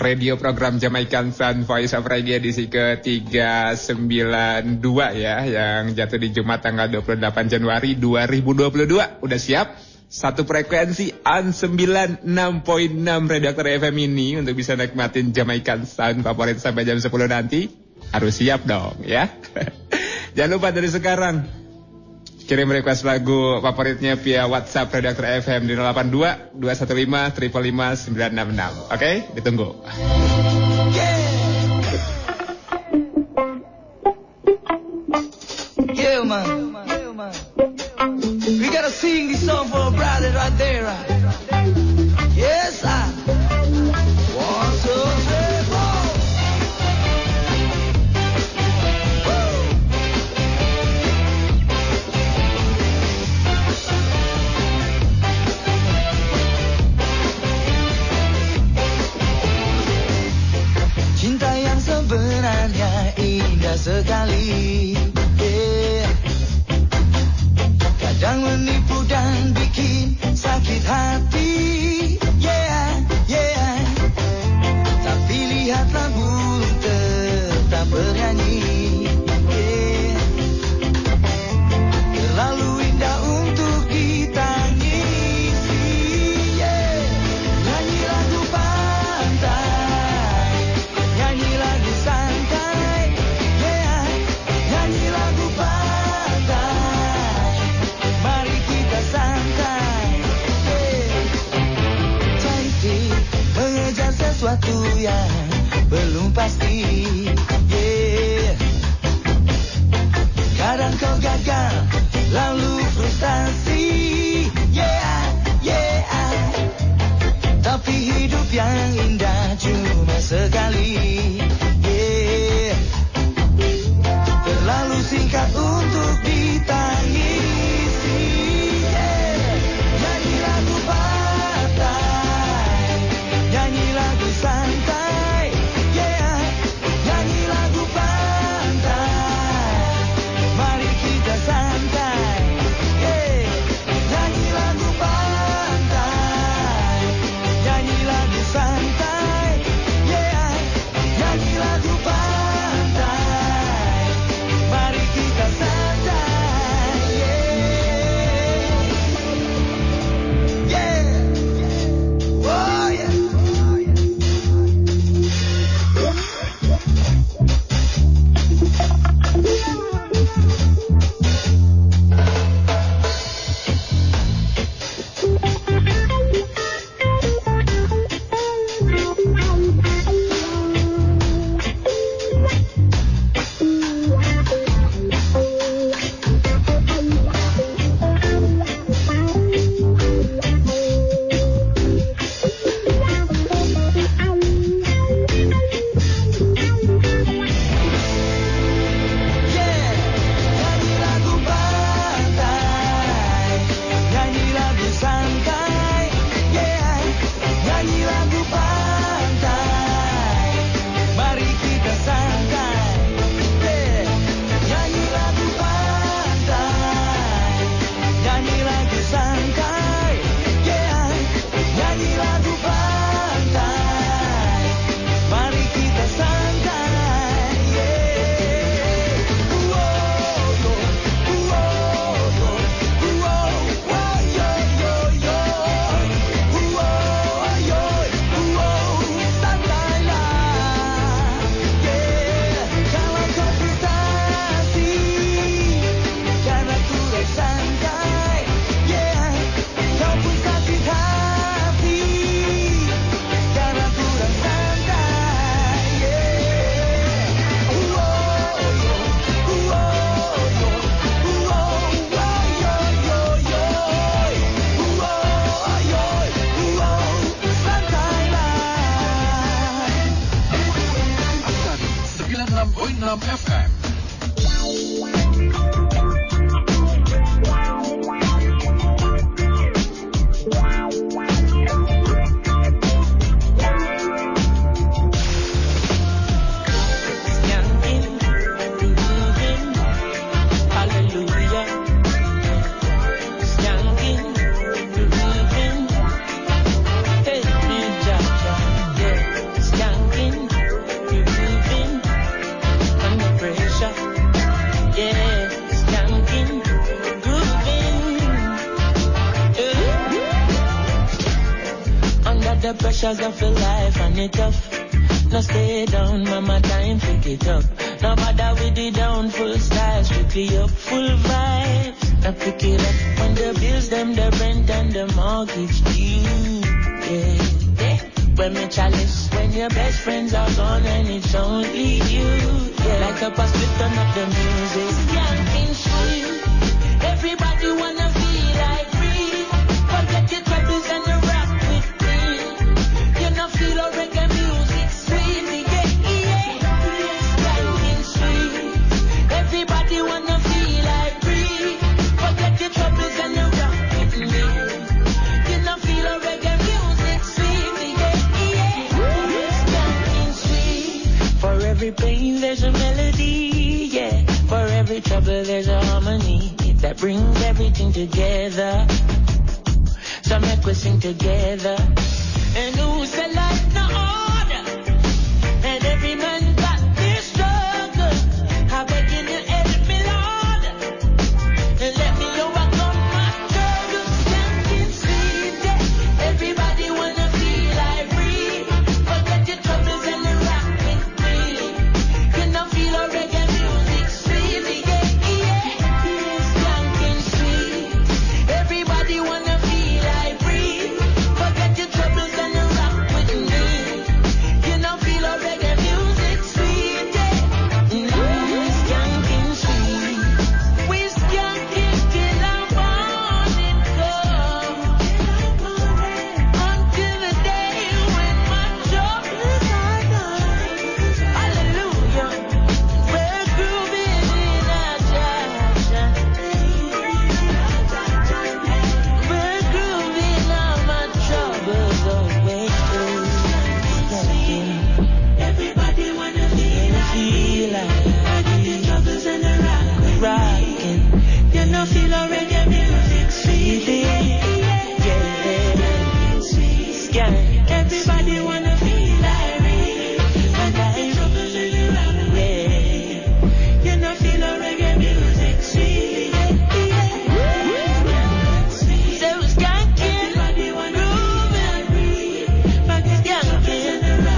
radio program Jamaican Sun Voice of Reggae edisi ke-392 ya, yang jatuh di Jumat tanggal 28 Januari 2022. Udah siap? Satu frekuensi on 96.6 Redaktor FM ini untuk bisa nikmatin Jamaican Sun favorit sampai jam 10 nanti. Harus siap dong ya. Jangan lupa dari sekarang kirim request lagu favoritnya via WhatsApp Redaktor FM di 082 215 555 966. Oke, ditunggu. Yeah, man. We gotta sing this song for a brother right there. Yes, I. 1, 2, 3, 4. Cinta yang sebenarnya indah sekali, yeah. Kadang menipu dan bikin sakit hati, yeah, yeah. Tapi lihatlah burung tetap bernyanyi, yeah. Terlalu indah untuk ditangisi, yeah. Nyanyi lagu pantai, nyanyi lagu santai, yeah. Nyanyi lagu pantai, mari kita santai, yeah. Cantik mengejar sesuatu yang belum pasti, yeah. Kadang kau gagal lalu frustasi, yeah, yeah. Tapi hidup yang indah cuma sekali, yeah. Terlalu singkat untuk ditangisi, yeah. Nyanyi lagu pantai, nyanyi lagu santai, yeah. Nyanyi lagu pantai, mari kita santai, yeah. Nyanyi lagu pantai, nyanyi lagu santai, yeah. Nyanyi lagu pantai, mari kita santai, yeah, yeah. Oh, yeah. Nyanyi lagu pantai, nyanyi lagu santai, yeah. Nyanyi lagu pantai, mari kita santai, yeah. Nyanyi lagu pantai, nyanyi lagu santai, yeah. Nyanyi lagu pantai, mari kita santai, yeah. Kalau kau frustasi karena kurang santai, yeah. Kau pun sakit hati karena kurang santai, yeah. Santailah. 96.6 FM. Hallelujah. Hey, Jaja, yeah. pressures of your life and it tough. No stay down, mama, time pick it up. No bother with the down, full style, strictly up, full vibes. Now pick it up when the bills, them, the rent and the mortgage due. Yeah. When me chalice, when your best friends are gone and it's only you. Yeah. Like up a split, turn up the music. Skanking sweet. Everybody wanna feel like free. Forget your troubles and you rock with me. You know feel a reggae music sweet. Yeah, yeah. Skanking sweet. Everybody wanna feel like free. Forget your troubles and you rock with me. You know feel a reggae music sweet. Yeah, yeah. Skanking sweet. For every pain there's a melody. Yeah. For every trouble there's a harmony that brings everything together. So make we sing together. And who's the life no order? And every man got their struggle. I begging you help me, Lord, and let me overcome my struggle. Skanking sweet, yeah. Everybody wanna feel like free. Forget your troubles and the rock with me. You know feel a reggae music sweet, yeah, yeah. Skanking sweet. Everybody wanna feel like free. Forget your troubles and the rock with me. You know feel a reggae music sweet, yeah. Skanking sweet. We skanking till our morning come. Until the day when my troubles are gone. Hallelujah. We're grooving in our Jaja. We're grooving all my troubles away. Skanking. Everybody wanna feel like troubles and the rockin'. You know feel already music sweet. Yeah. Skank. Everybody wanna feel like and troubles and the rock. Yeah. You know feel already music sweet. So skanking, grooving, skanking,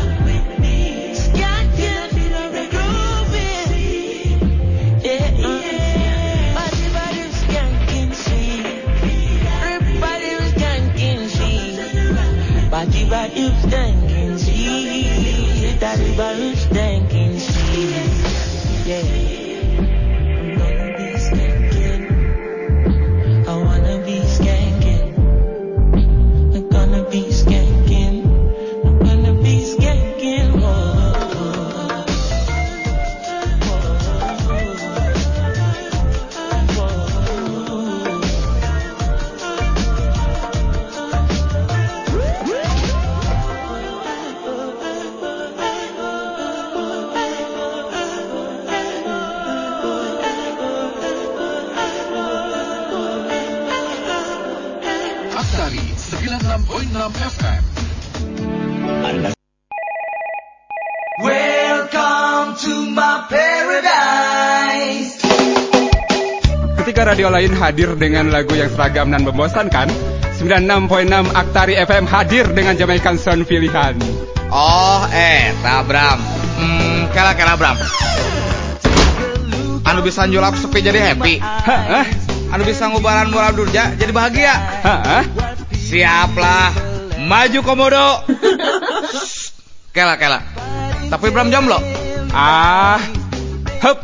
skanking, grooving, yeah. Everybody was skanking, sweet. Everybody was skanking, sweet. Everybody was skanking, sweet. Everybody was skanking, sweet. Yeah. I'm gonna be skanking. I wanna be skanking. I'm gonna be skanking. I'm gonna be skanking. Aktari 96.6 FM. Welcome to my paradise. Ketika radio lain hadir dengan lagu yang seragam dan membosankan, 96.6 Aktari FM hadir dengan Jamaican Sound pilihan. Oh, Bram. Kela Bram. Anu bisa njulak sepi jadi happy. Hah? Anu bisa ngubaran moral durja jadi bahagia. Hah? Siaplah. Maju komodo. Kela. Tapi Bram jomblo. Hup.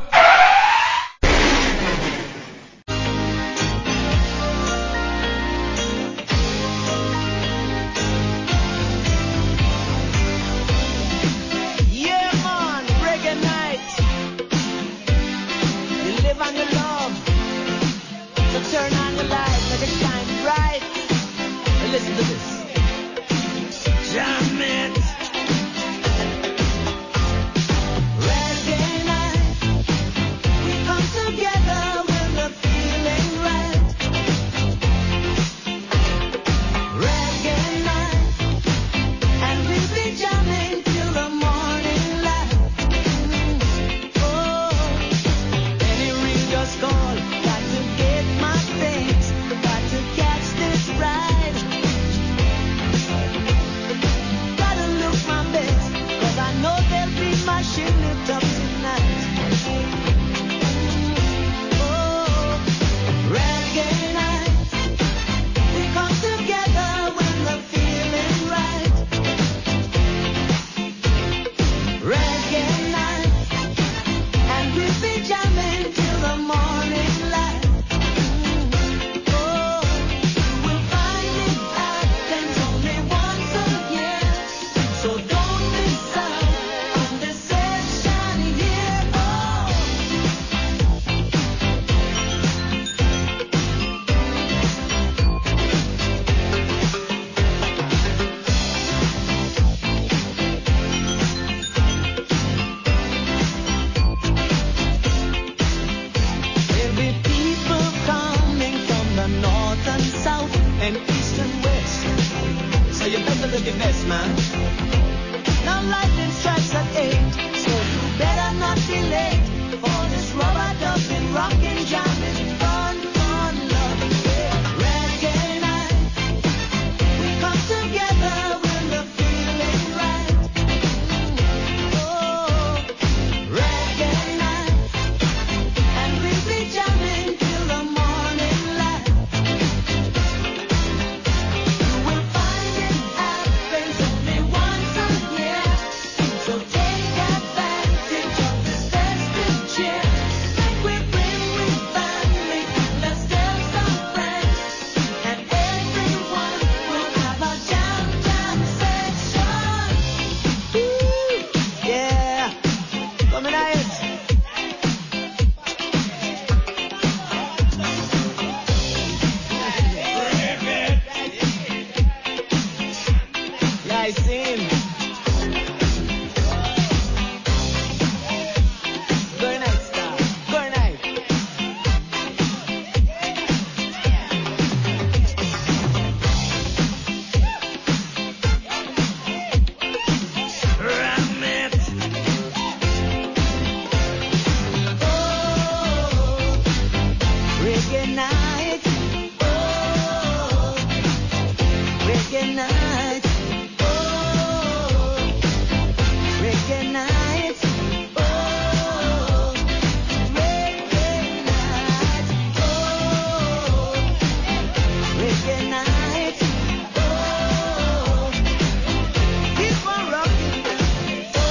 Yeah, man, reggae night. You live on your love. So turn on the light, let it shine bright. And listen to this. Jam it. Reggae night. late for this rubber dubbing, rockin', jamming, fun, loving. Reggae night, we come together when the feeling right. Oh, reggae night, and we'll be jamming till the morning light. You will find it happens only once a year, so take advantage of this festive cheer. Like we bring with family, let's tell some friends, and everyone will have a jam session. Yeah, coming at it. Yeah, I seen. Good night, star. Good night. Ram it. Oh, reggae night. Oh, reggae night. Oh, reggae night. Oh, reggae night. Oh, reggae night. Oh, keep on rocking. Oh,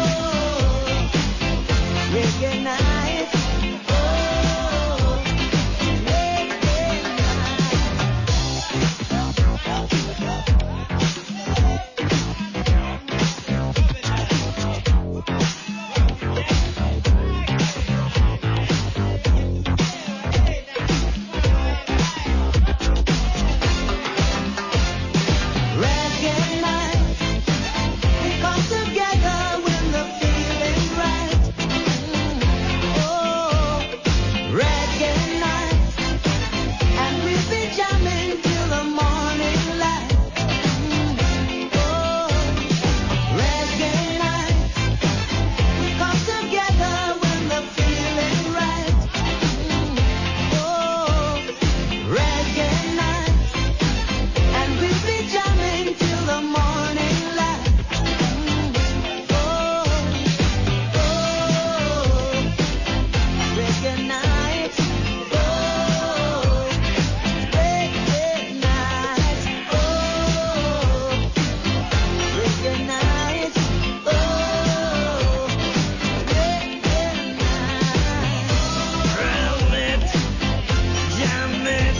reggae night. Oh, reggae reggae night, we come together when the feeling's right. Oh, reggae night, and we'll be jamming till the morning light. Oh, reggae night, we come together when the feeling's right. Oh, reggae night, and we'll be jamming till the morning light. Oh, reggae night. Oh, reggae night. Oh, reggae night. Oh, reggae night. Ram it, jam it.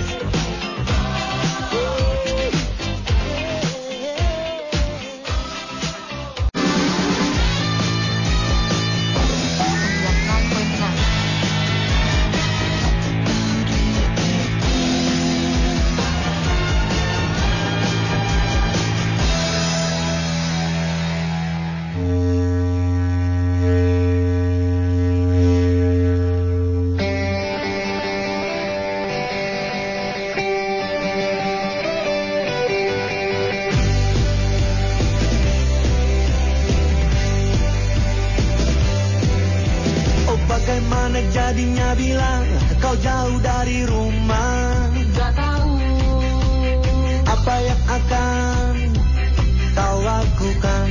Oh, bagaimana jadinya bila kau jauh dari rumah? Gak tahu apa yang akan kau lakukan.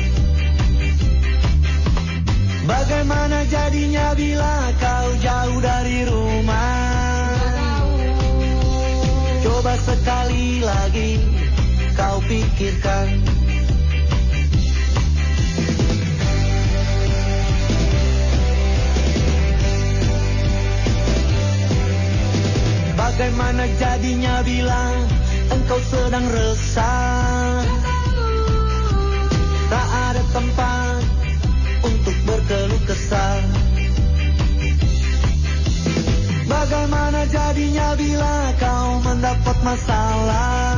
Bagaimana jadinya bila kau jauh dari rumah? Gak tahu. Coba sekali lagi kau pikirkan. Bagaimana jadinya bila engkau sedang resah? Tak ada tempat untuk berkeluh kesah. Bagaimana jadinya bila kau mendapat masalah?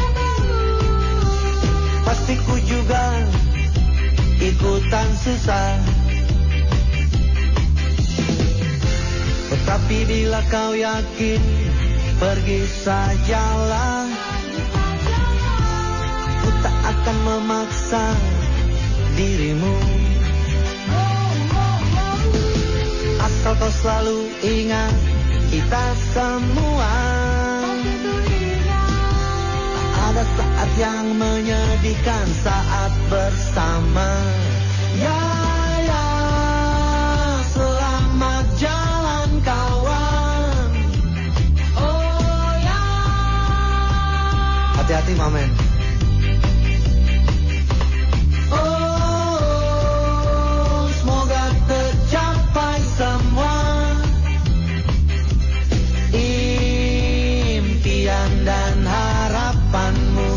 Pasti ku juga ikutan susah. Tetapi bila kau yakin, pergi sajalah. Ku tak akan memaksa dirimu. kau selalu ingat kita semua. Ada saat yang menyedihkan saat bersama. Ya, ya, selamat jalan kawan. Oh ya. Hati-hati Mamen. Oh, semoga tercapai semua impian dan harapanmu.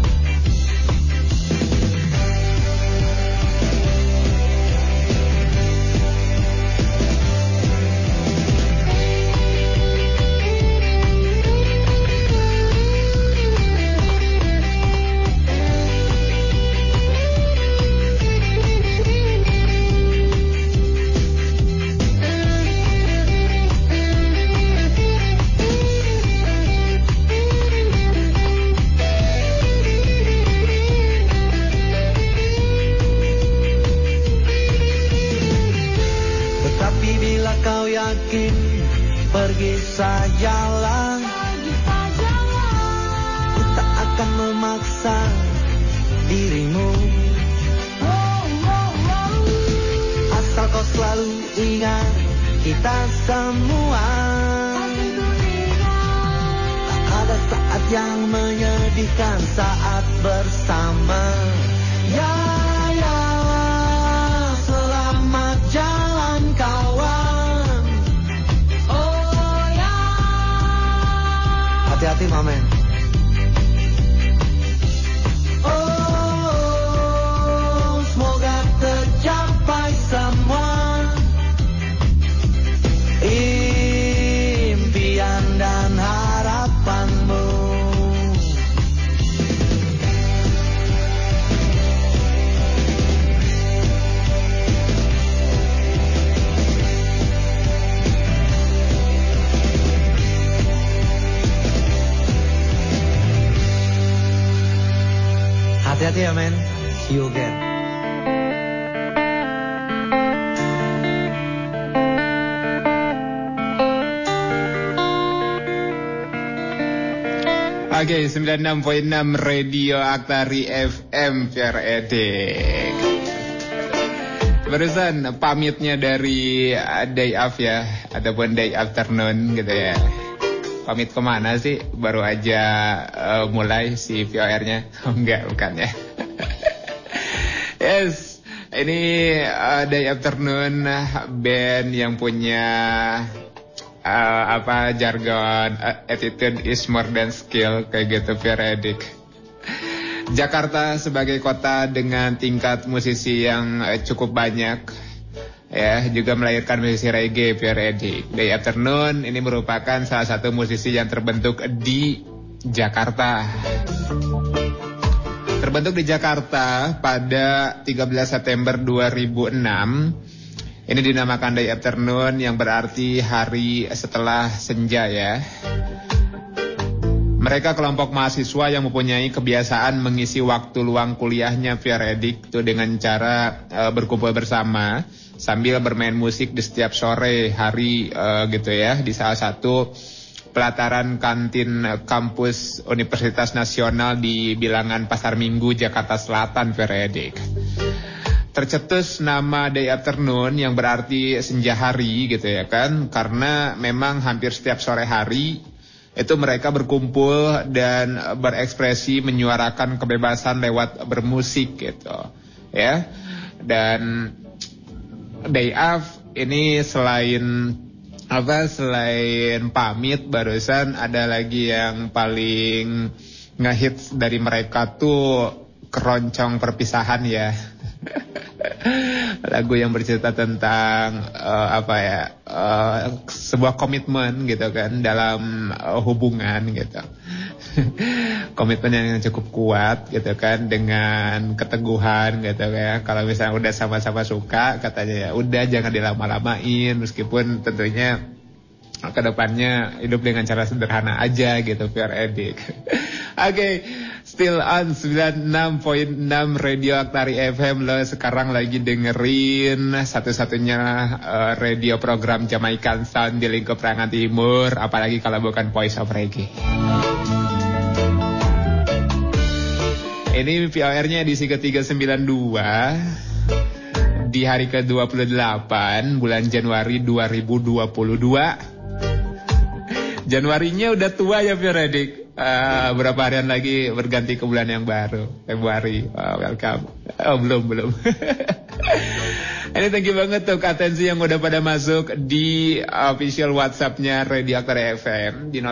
Tetapi bila kau yakin, pergi sajalah. Ku tak akan memaksa dirimu. Asal kau selalu ingat kita semua. Ada saat yang menyedihkan saat bersama. Ya, ya, selamat jalan kawan. Oh ya. Hati-hati Mamen. Oh, semoga tercapai semua impian dan harapanmu. Hati-hati ya men. See you again. Oke, 96.6 Radio Aktari FM Piar Edik. Barusan pamitnya dari day off ya, ataupun day afternoon gitu ya. Pamit kemana sih? Baru aja mulai si VOR-nya. Oh, enggak, bukan ya. Yes, ini day afternoon band yang punya jargon attitude is more than skill kayak gitu periodik. Jakarta sebagai kota dengan tingkat musisi yang cukup banyak ya, juga melahirkan musisi reggae periodik. Day Afternoon ini merupakan salah satu musisi yang terbentuk di Jakarta. Terbentuk di Jakarta pada 13 September 2006. Ini dinamakan Day Afternoon yang berarti hari setelah senja ya. Mereka kelompok mahasiswa yang mempunyai kebiasaan mengisi waktu luang kuliahnya periodik itu dengan cara berkumpul bersama sambil bermain musik di setiap sore hari gitu ya, di salah satu pelataran kantin kampus Universitas Nasional di bilangan Pasar Minggu Jakarta Selatan periodik. Tercetus nama Day Afternoon yang berarti senja hari gitu ya kan, karena memang hampir setiap sore hari itu mereka berkumpul dan berekspresi menyuarakan kebebasan lewat bermusik gitu ya. Dan Day Off ini selain pamit, barusan ada lagi yang paling ngehits dari mereka tuh Keroncong Perpisahan ya. Lagu yang bercerita tentang sebuah komitmen gitu kan dalam hubungan gitu. Komitmen yang cukup kuat gitu kan, dengan keteguhan gitu ya. Kalau misalnya udah sama-sama suka, katanya ya udah jangan dilama-lamain, meskipun tentunya kedepannya hidup dengan cara sederhana aja gitu, Piar Edik. Oke, still on 96.6 Radio Aktari FM. Lo sekarang lagi dengerin satu-satunya radio program Jamaican Sound di lingkup Rangan Timur. Apalagi kalau bukan Voice of Reggae. Ini VOR-nya edisi ke-392 di hari ke-28 bulan Januari 2022. Januarinya udah tua ya Fioredik. Berapa harian lagi berganti ke bulan yang baru, Februari. Welcome. Oh, belum. Ini thank you banget tuh atensi yang udah pada masuk di official WhatsApp-nya Radio Aktari FM di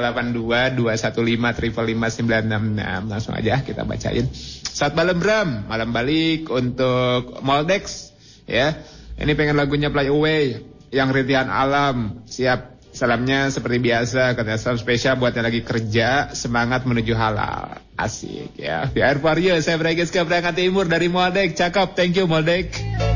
082-215-555-966. Langsung aja kita bacain. Selamat malam Bram, malam balik untuk Moldex ya. Ini pengen lagunya Fly Away yang Rintihan Alam. Siap. Salamnya seperti biasa, katanya salam spesial buat yang lagi kerja, semangat menuju halal. Asik ya. VR for you, saya Breges ke Rangan Timur dari Moldek. Cakep, thank you Moldek.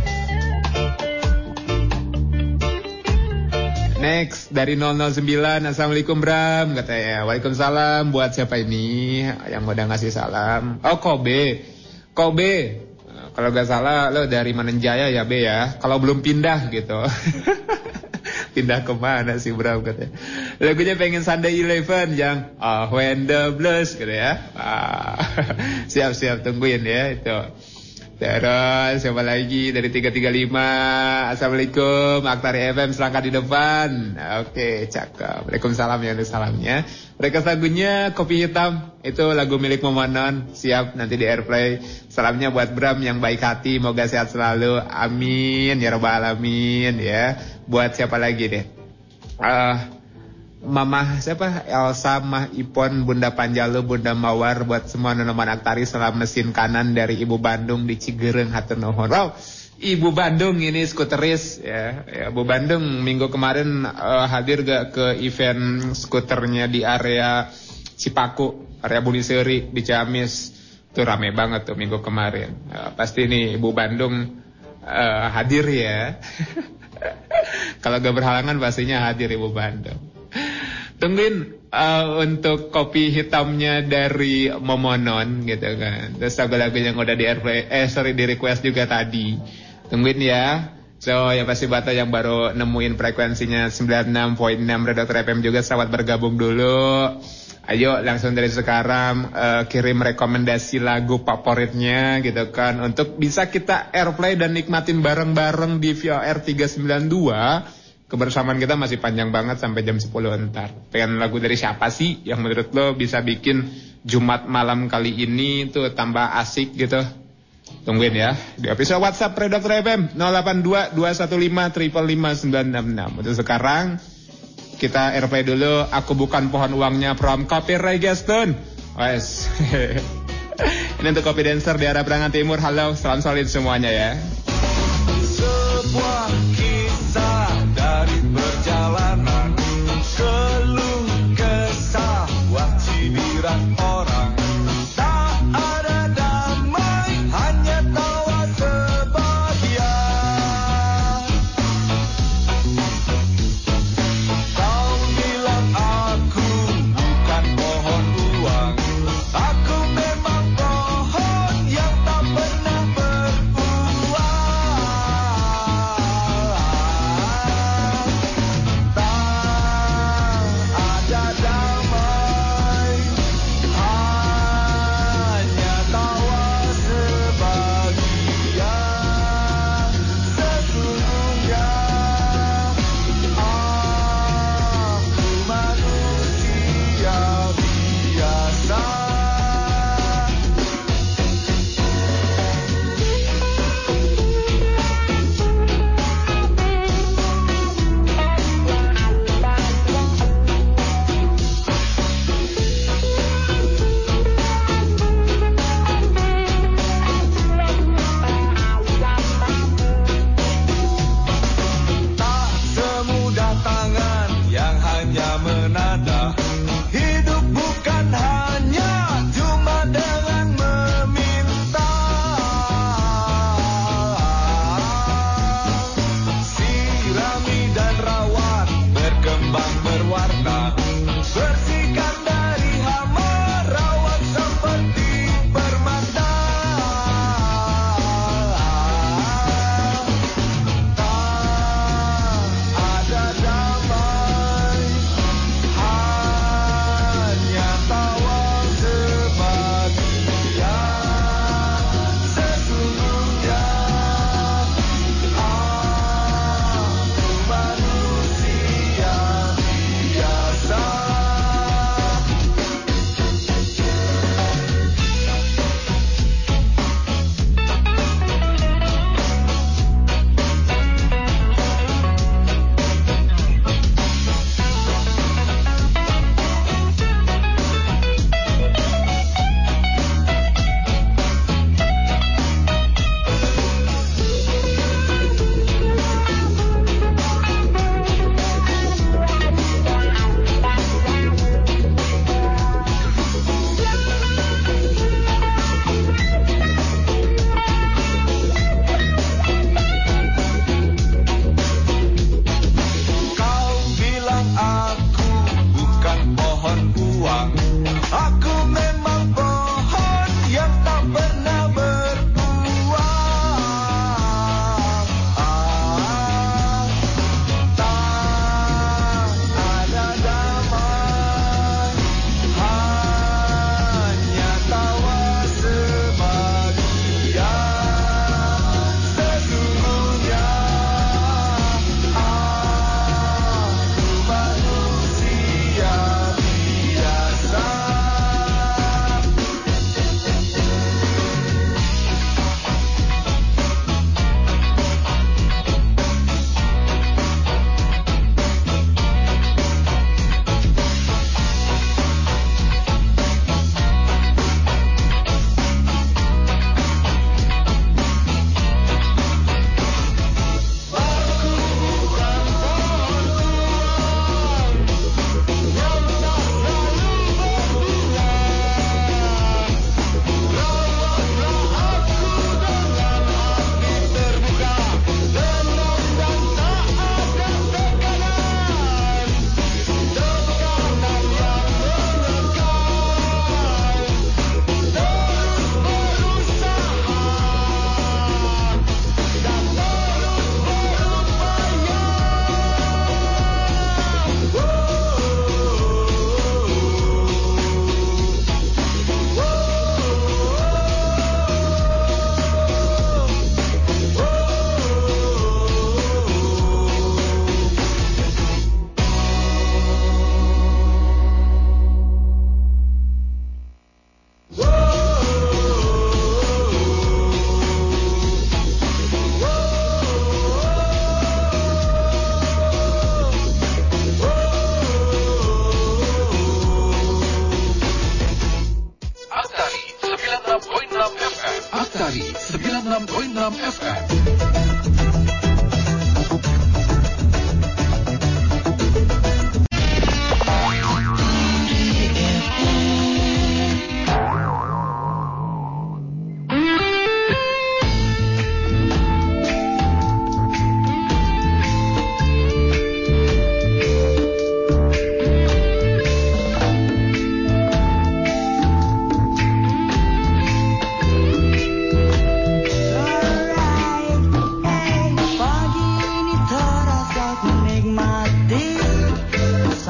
Next dari 009, Assalamualaikum Bram, katanya. Waalaikumsalam, buat siapa ini yang udah ngasih salam? Oh Kobe. Kalau gak salah lo dari Manenjaya ya B ya. Kalau belum pindah gitu. Pindah kemana sih Bram katanya. Lagunya pengen Sunday Eleven yang When the Blues gitu ya. Siap tungguin ya itu. Terus siapa lagi dari 335. Assalamualaikum Aktari FM, selangkah di depan. Oke, cakep. Waalaikumsalam ya untuk salamnya. Mereka lagunya Kopi Hitam, itu lagu milik Momonon. Siap nanti di airplay. Salamnya buat Bram yang baik hati, moga sehat selalu. Amin ya rabbal alamin ya. Buat siapa lagi deh? Mama siapa? Elsa, Mah Ipon, Bunda Panjalu, Bunda Mawar, buat semua nonoman Aktari salam mesin kanan dari Ibu Bandung di Cigereng hatur nuhun. Wow, Ibu Bandung ini skuteris ya. Ibu Bandung minggu kemarin hadir gak ke event skuternya di area Cipaku, area Buniseri di Ciamis. Tuh rame banget tuh minggu kemarin. Pasti nih Ibu Bandung hadir ya. Kalau gak berhalangan pastinya hadir Ibu Bandung. Tungguin untuk kopi hitamnya dari Momonon gitu kan. Terus lagu-lagu yang udah di airplay, di request juga tadi. Tungguin ya. So ya pasti bata yang baru nemuin frekuensinya 96.6 Redaktor FM juga selamat bergabung dulu. Ayo langsung dari sekarang kirim rekomendasi lagu favoritnya gitu kan. Untuk bisa kita airplay dan nikmatin bareng-bareng di VOR 392. Kebersamaan kita masih panjang banget sampai jam 10 ntar. Pengen lagu dari siapa sih yang menurut lo bisa bikin Jumat malam kali ini tuh tambah asik gitu? Tungguin ya di episode WhatsApp Redaktor FM 082-215-555-966. Untuk sekarang kita airplay dulu Aku Bukan Pohon Uangnya from Kopi Reggaeton. Wes. Ini untuk kopi dancer di arah Rangan Timur. Halo, salam solid semuanya ya. Sebuah kisah dari perjalanan, keluh kesah, wah cibiran orang. Tak ada damai, hanya tawa sebagian. Kau bilang aku bukan pohon uang, aku memang pohon yang tak pernah beruang.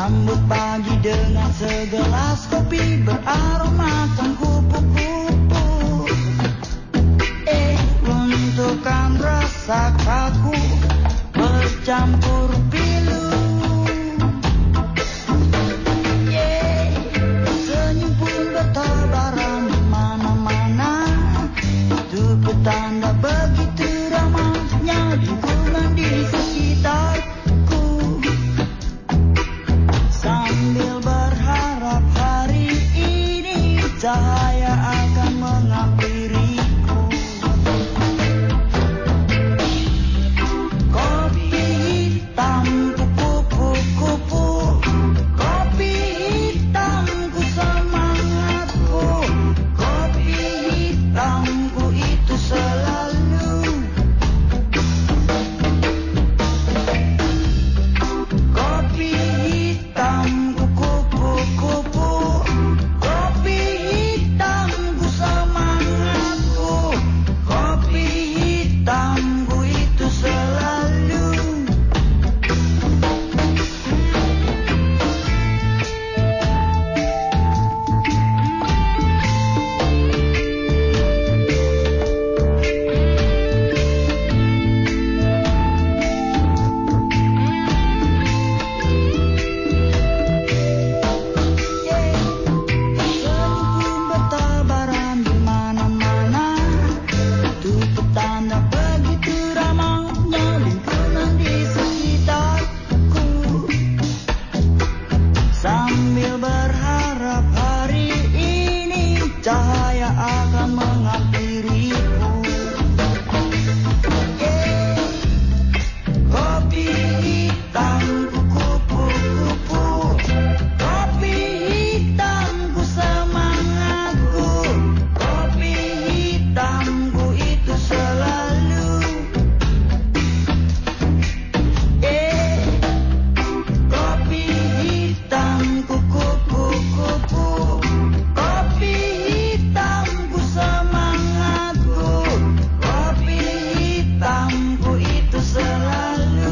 Sambut pagi dengan segelas kopi beraromakan kupu-kupu. Untukkan rasa kaku bercampur pilu. Senyum pun bertebaran di mana-mana. Itu petanda begitu ramahnya lingkungan di sekitarku. Sambil berharap hari ini cahaya akan menghampiriku. Kopi hitam kupu-kupu, kopi hitamku semangatku, kopi hitamku itu selalu. Kopi hitamku kupu-kupu, kopi hitamku semangatku, kopi hitamku itu selalu. Senyum bertebaran di mana-mana. Itu petanda begitu ramahnya lingkungan di sekitarku. Sambil berharap hari ini cahaya akan menghampiriku. Kopi hitamku kupu-kupu, kopi hitamku semangatku, kopi hitamku itu selalu. Kopi hitamku kupu-kupu, kopi hitamku semangatku, kopi hitamku itu selalu.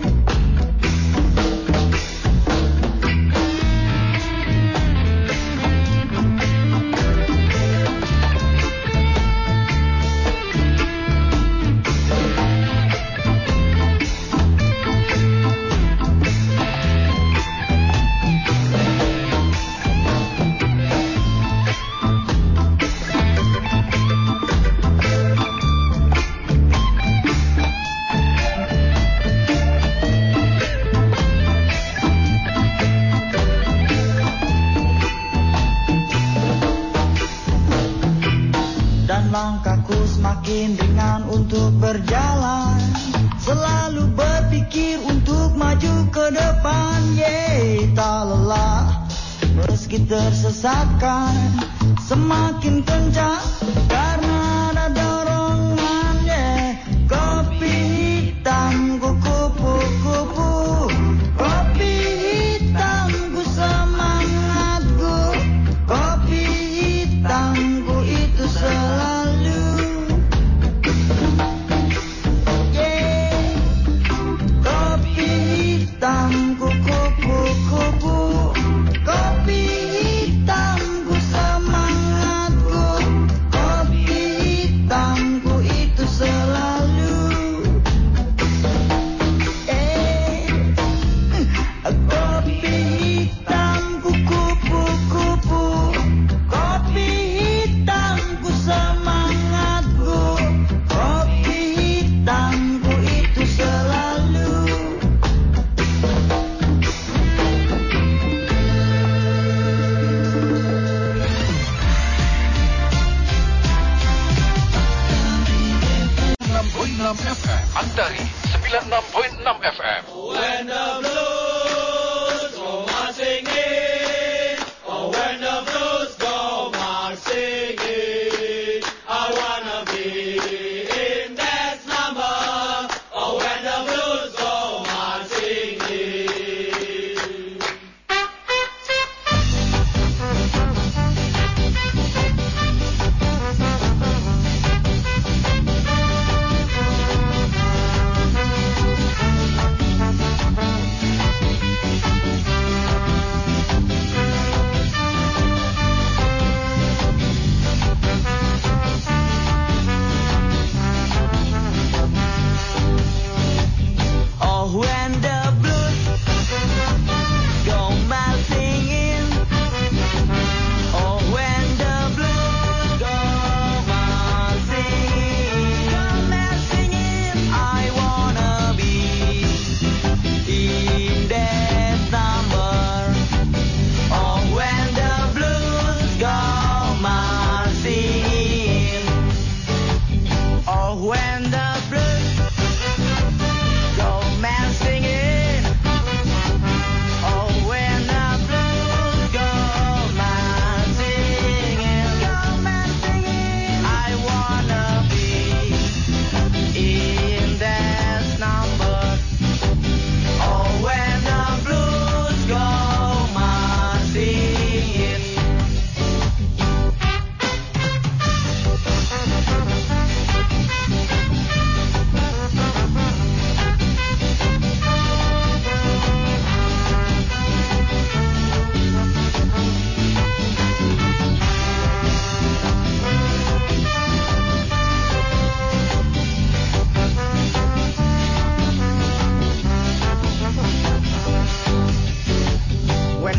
Dan langkahku semakin ringan untuk berjalan. Selalu berpikir untuk maju ke depan. Tak lelah meski tersesatkan. Semakin kencang karena ada dorongan. Kopi hitamku kupu-kupu, kopi hitamku semangatku, kopi hitamku itu selalu. Kopi hitamku kupu-kupu, kopi hitamku semangatku, kopi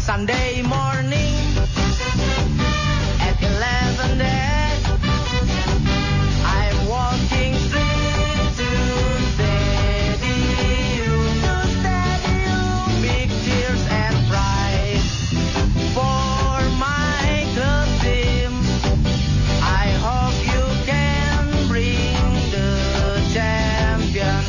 Sunday morning at 11 dead, I'm walking straight to stadium. Big cheers and pride for my club team. I hope you can bring the champion.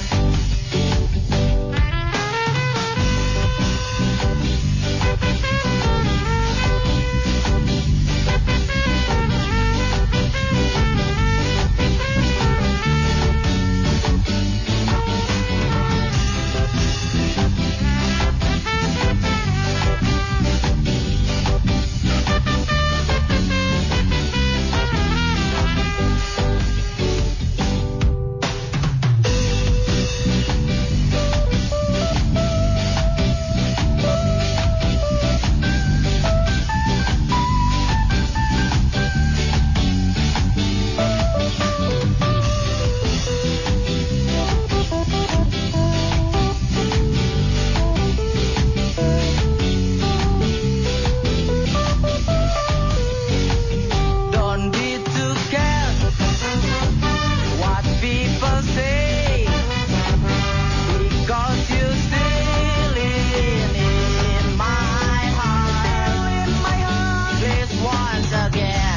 Don't be too careful what people say, because you're still in my heart. Please once again,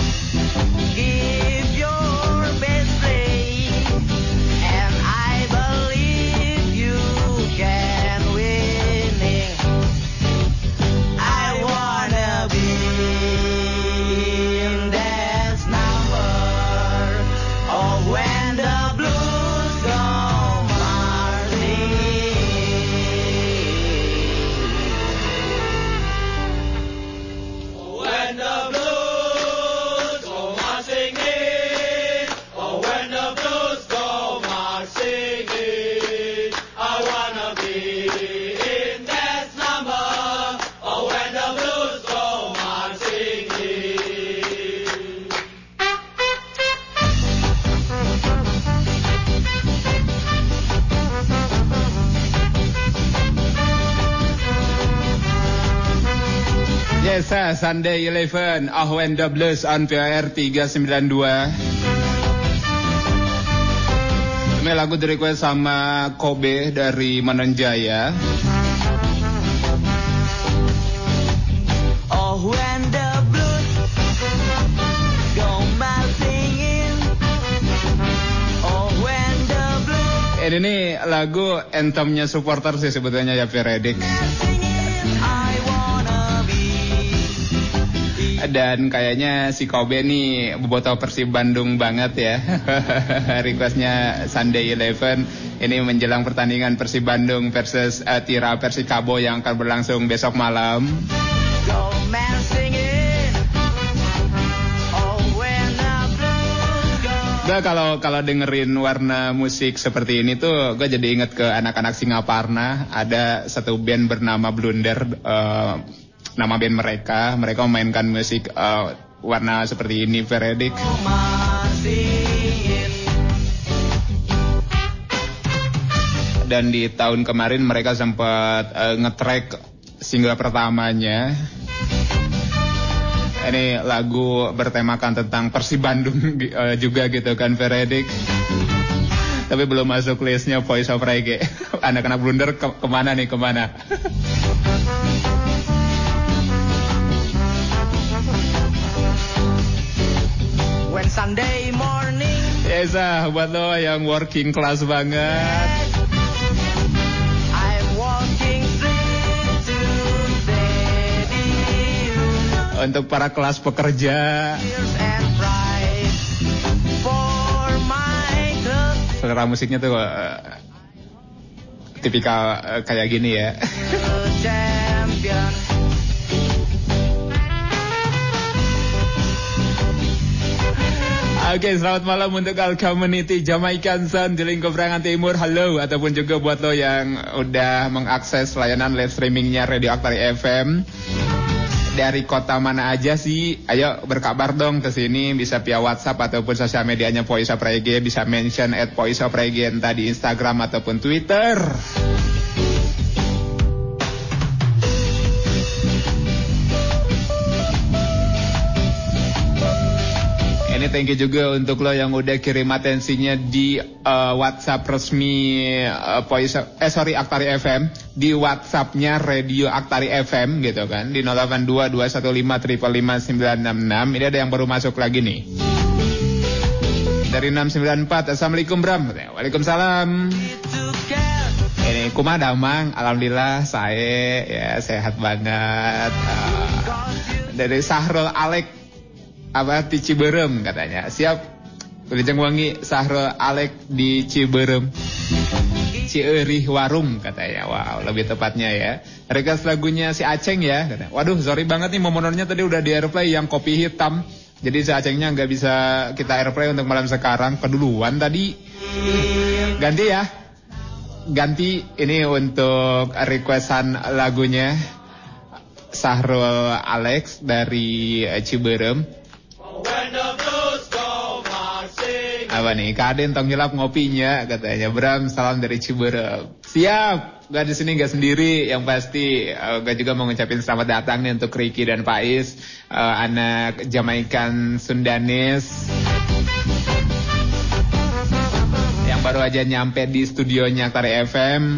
give your best play, and I believe you can win it. I wanna be in that number. Oh, when the blues come marching. When the blues go marching in, oh, when the blues go marching in, I wanna be in that number. Oh, when the blues go marching in. Yes, Sunday 11, Oh When the Blues on PAR 392. Ini lagu di request sama Kobe dari Manonjaya. Oh, when the blues go melting in. Oh, when the blues Ini nih lagu anthemnya supporter sih sebetulnya ya, Feredik. I wanna be. Dan kayaknya si Kobe nih bobotoh Persib Bandung banget ya. Requestnya Sunday 11 ini menjelang pertandingan Persib Bandung versus Tira Persikabo yang akan berlangsung besok malam. Go melting in. Oh, when the blues go. Gue kalau dengerin warna musik seperti ini tuh gue jadi inget ke anak-anak Singaparna. Ada satu band bernama Blunder, nama band mereka memainkan musik warna seperti ini, Feredik. Dan di tahun kemarin mereka sempat nge-track single pertamanya. Ini lagu bertemakan tentang Persib Bandung juga gitu kan, Feredik. Tapi belum masuk listnya Voice of Reggae. Anak-anak Blunder kemana nih, kemana? When Sunday morning Yes, buat lo yang working class banget. I'm walking straight to stadium. Untuk para kelas pekerja, Tears and pride for my club. selera musiknya tuh tipikal kayak gini ya. The champion. Oke, selamat malam untuk Al Community Jamaican Sound di lingkup Rangan Timur. Halo, ataupun juga buat lo yang udah mengakses layanan live streamingnya Radio Aktari FM. Dari kota mana aja sih? Ayo berkabar dong ke sini, bisa via WhatsApp ataupun sosial medianya Voice of Reggae, bisa mention @Voice of Reggae entah di Instagram ataupun Twitter. thank you juga untuk lo yang udah kirim atensinya di WhatsApp resmi Aktari FM, di WhatsAppnya Radio Aktari FM gitu kan, di 08221555596. Ini ada yang baru masuk lagi nih. Dari 694, Assalamualaikum Bram. Waalaikumsalam. Ini kumaha Mang, alhamdulillah saya ya sehat banget. Dari Sahrul Alek di Ciberem katanya. Siap. Wilujeng wangi Sahrul Alek di Ciberem. Cieurih Warung katanya. Wow, lebih tepatnya ya. Request lagunya si Aceng ya katanya. Waduh, sorry banget nih momonornya tadi udah di airplay yang kopi hitam. Jadi si Acengnya nggak bisa kita airplay untuk malam sekarang. Keduluan tadi. Ganti ya. Ganti ini untuk requestan lagunya Sahrul Alex dari Ciberem. Apa nih? Kaden tong nyelap ngopinya katanya. Bram, salam dari Ciberem. Siap. Gak di sini gak sendiri. Yang pasti gak juga mau ngucapin selamat datang nih untuk Ricky dan Faiz, anak Jamaikan Sundanes yang baru aja nyampe di studionya Aktari FM.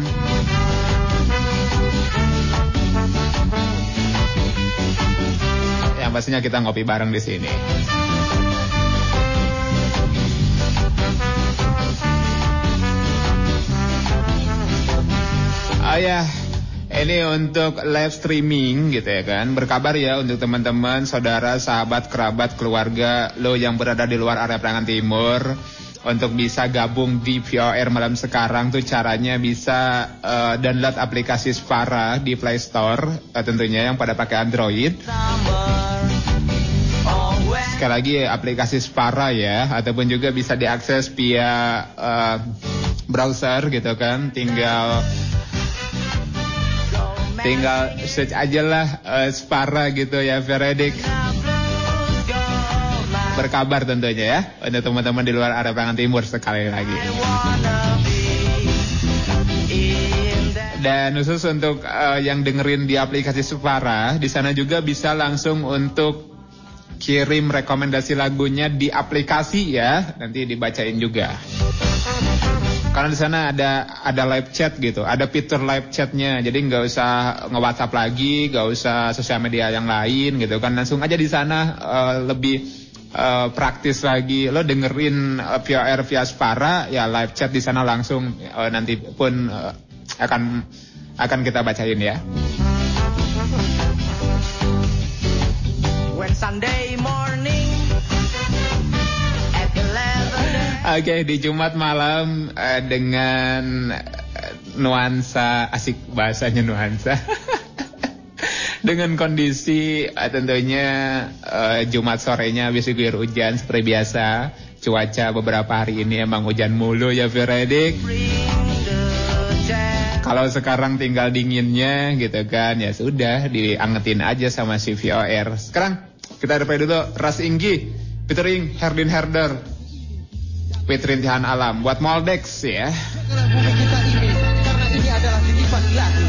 Yang pastinya kita ngopi bareng di sini. Ya, ini untuk live streaming gitu ya kan. Berkabar ya untuk teman-teman, saudara, sahabat, kerabat, keluarga lo yang berada di luar area Penanganan Timur, untuk bisa gabung di VOR malam sekarang tuh caranya bisa download aplikasi Spara di Play Store, tentunya yang pada pakai Android. Sekali lagi aplikasi Spara ya, ataupun juga bisa diakses via browser gitu kan. Tinggal search aja lah Spara gitu ya, Veredik. Berkabar tentunya ya untuk teman-teman di luar area Penanganan Timur sekali lagi. Dan khusus untuk yang dengerin di aplikasi Spara, di sana juga bisa langsung untuk kirim rekomendasi lagunya di aplikasi ya, nanti dibacain juga. Karena di sana ada live chat gitu, ada fitur live chatnya, jadi nggak usah nge-WhatsApp lagi, nggak usah sosial media yang lain gitu kan, langsung aja di sana lebih praktis lagi. Lo dengerin VOR via Spara ya, live chat di sana langsung, nanti pun akan kita bacain ya. When Sunday morning at 11. Oke, di Jumat malam dengan nuansa, asik bahasanya nuansa. Dengan kondisi tentunya Jumat sorenya habis diguyur hujan seperti biasa. Cuaca beberapa hari ini emang hujan mulu ya, Veredik. Kalau sekarang tinggal dinginnya gitu kan, ya sudah diangetin aja sama si VOR. Sekarang kita replay dulu Ras Inggi featuring Herdin Herder, Rintihan Alam buat Moldex ya. Bumi kita ini, karena ini adalah titipan lagu.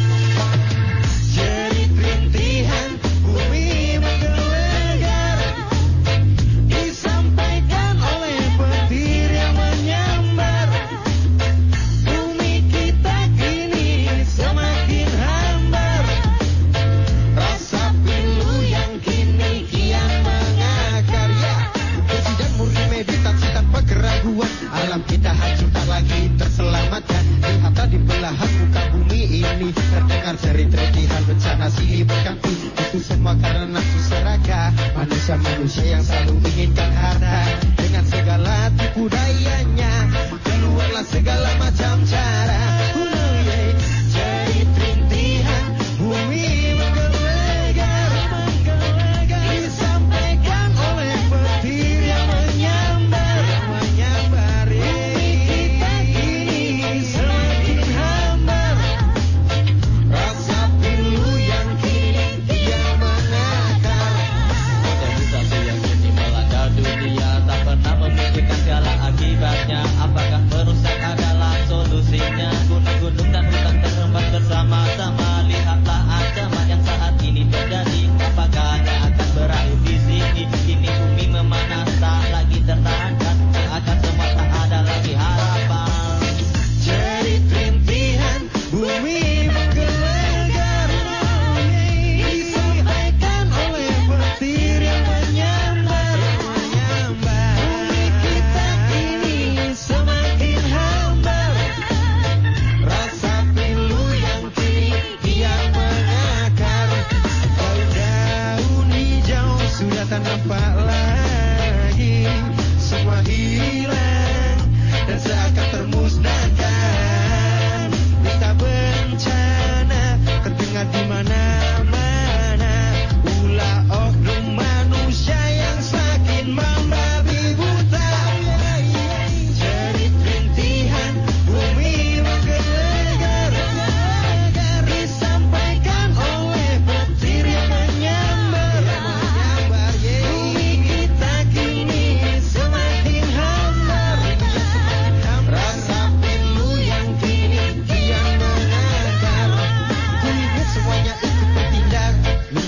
Jerit rintihan bumi menggelegar, disampaikan oleh petir yang menyambar. Bumi kita kini semakin hambar, rasa pilu yang kini kian mengakar ya. Presiden murni meditasi tanpa keraguan, alam kita hancur tak lagi terselamatkan. Lihat tadi belahan muka bumi ini, terdengar jerit rintihan bencana silih berganti. Itu semua karena nafsu serakah manusia-manusia yang selalu inginkan harta. Dengan segala tipu dayanya, keluarlah segala macam cara. Jerit rintihan bumi menggelegar, disampaikan oleh petir yang menyambar. Bumi kita kini semakin hambar, rasa pilu yang kini kian mengakar. Modernisasi yang kini melanda dunia, tak pernah memikirkan segala akibatnya. Apakah merusak adalah solusinya?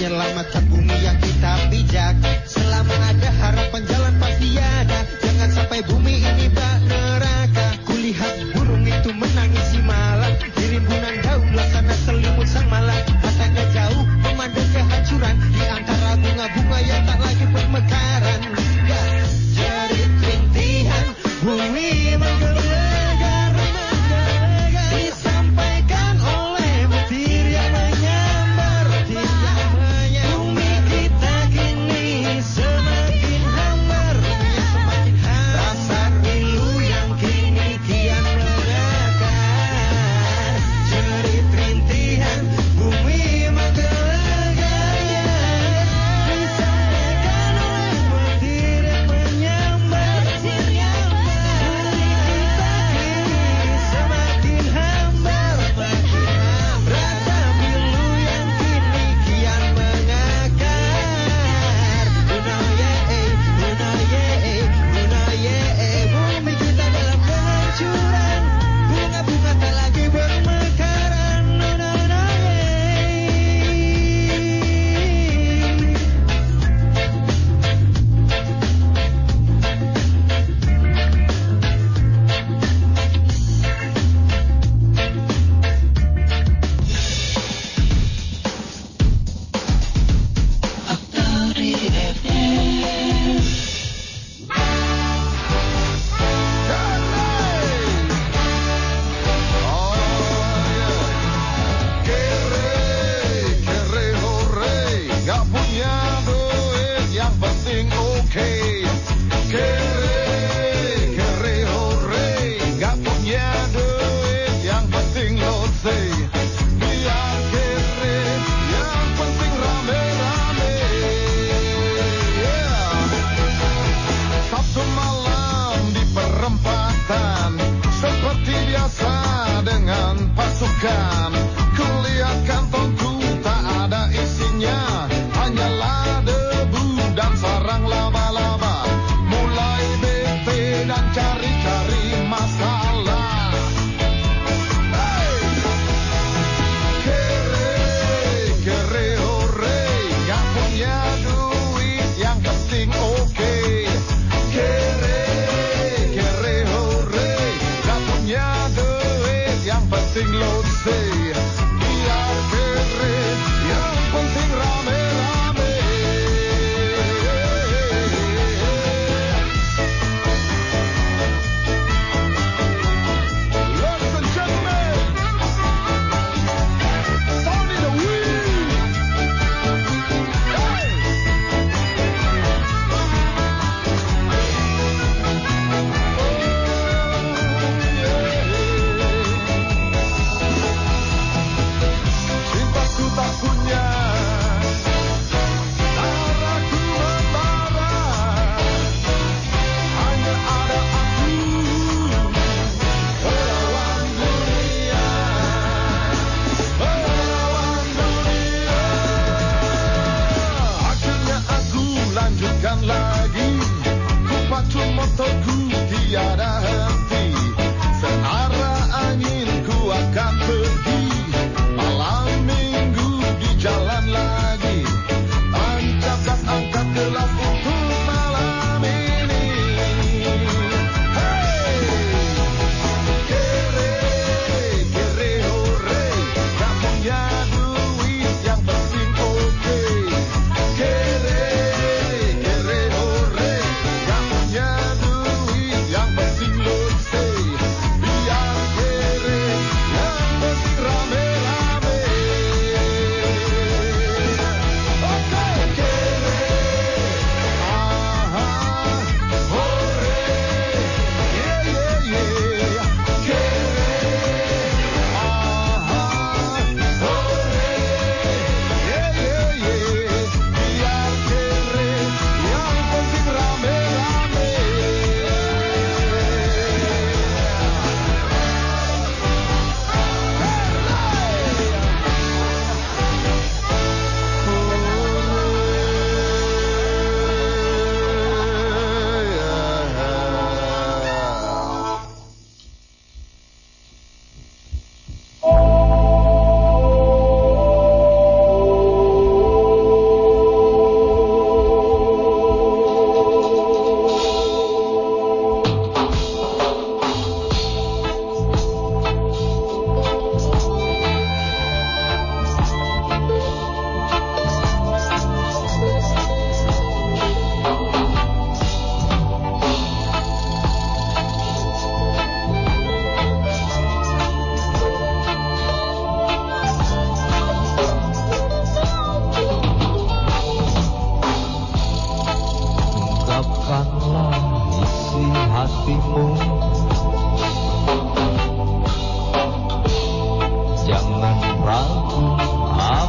menyelamatkan bumi yang kita pijak. Selama ada harapan jalan pasti ada. Jangan sampai bumi ini bak neraka. Kulihat burung itu menangisi malam di rimbunan daun laksana selimut sang malam. Matanya jauh memandang kehancuran di antara bunga-bunga yang tak lagi bermekaran. Ya, jerit rintihan bumi menggelegar, disampaikan oleh butir yang menyambar. Bumi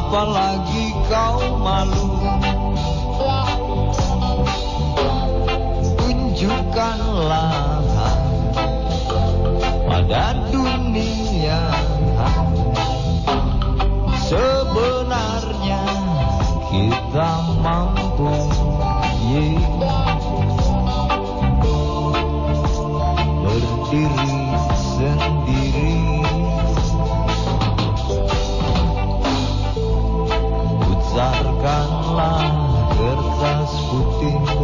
apalagi kau malu. Tunjukkanlah pada dunia sebenarnya kita mampu. Berdiri sendiri, putarkanlah kertas putihmu,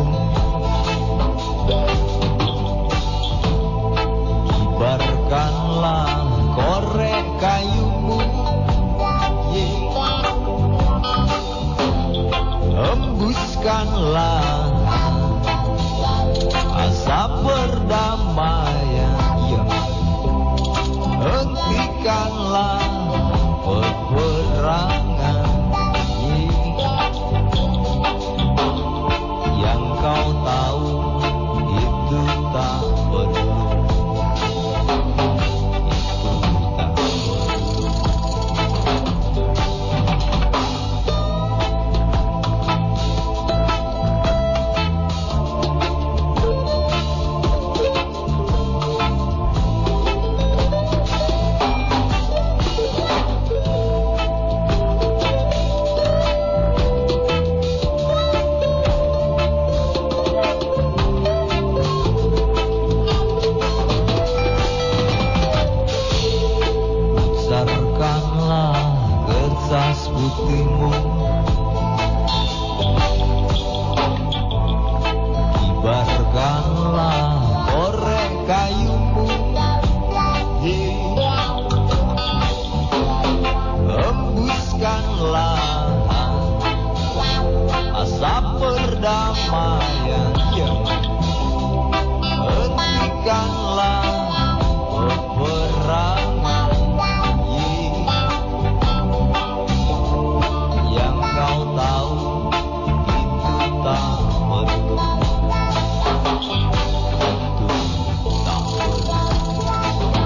kibarkanlah korek kayumu, hembuskanlah asap perdamaian, hentikanlah peperangan. Yang kau tahu itu tak perlu, itu tak perlu. Putarkanlah kertas putihmu, kibarkanlah korek kayumu, hembuskanlah asap perdamaian, hentikanlah peperangan. Yang kau tahu itu tak perlu, itu tak perlu.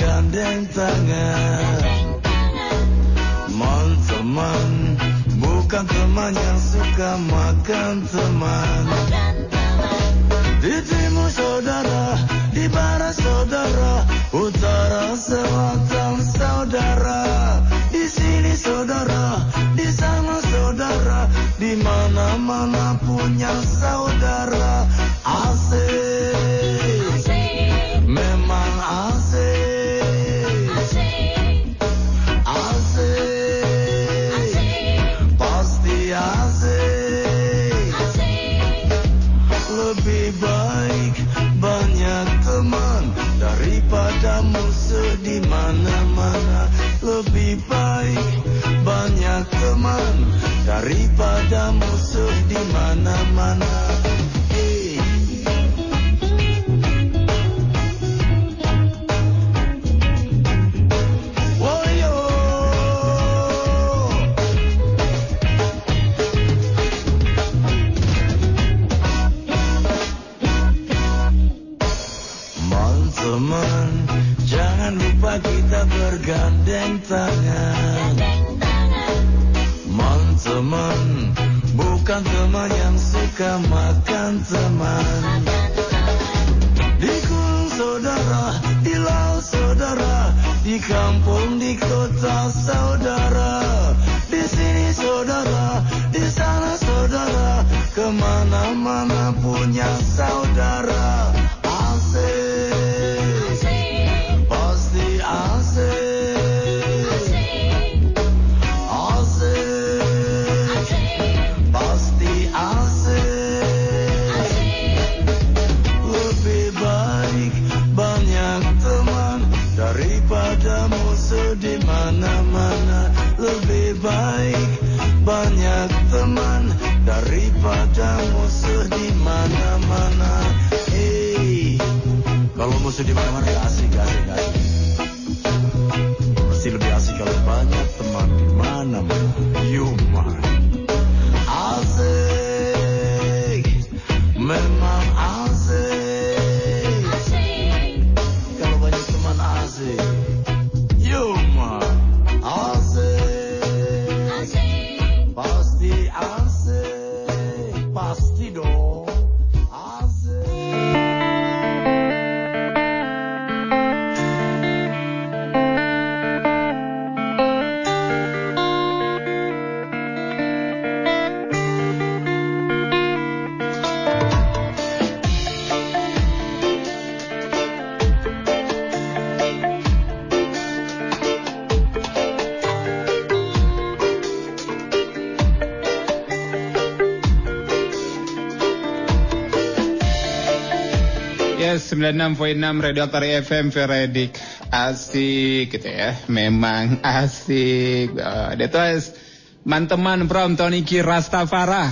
bergandeng tangan. Teman, bukan teman yang suka makan teman. Di timur saudara, di barat saudara, utara selatan saudara. Di sini saudara, di sana saudara, di mana-mana punya saudara. Asik, memang asik, pasti asik. Lebih baik banyak teman daripada musuh di mana-mana. Lebih baik banyak teman daripada musuh di mana-mana. Teman, jangan lupa kita bergandeng tangan. Teman, bukan teman yang suka makan teman. Di gunung saudara, di laut saudara, di kampung, di kota saudara. Di sini saudara, di sana saudara, kemana-mana punya saudara. Pasti asik, pasti asik. Lebih baik banyak teman daripada musuh di mana-mana. Lebih baik banyak teman daripada musuh di mana-mana. Kalau musuh di mana-mana gak asik. Pasti lebih asik kalau banyak teman di mana-mana. Human. Asik, memang asik. Kalau banyak teman asik. Human. Asik, pasti asik, pasti dong. Yes, 96.6 Radio Aktor FM Veredik. Asik gitu ya. Memang asik. That was Man-teman from Toniki Rastafara.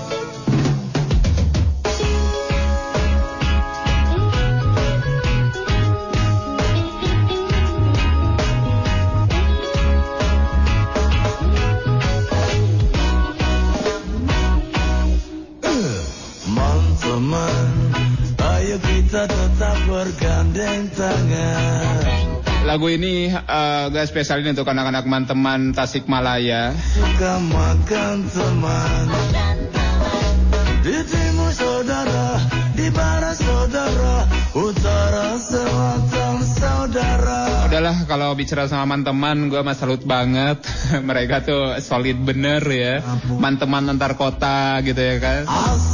Tetap bergandeng tangan. Lagu ini gak spesial ini untuk anak-anak Man-teman Tasikmalaya. Suka makan teman. Di timur saudara, di barat saudara, utara selatan saudara. Udahlah, kalau bicara sama Man-teman gue mah salut banget. Mereka tuh solid bener ya. Man-teman antar kota gitu ya kan.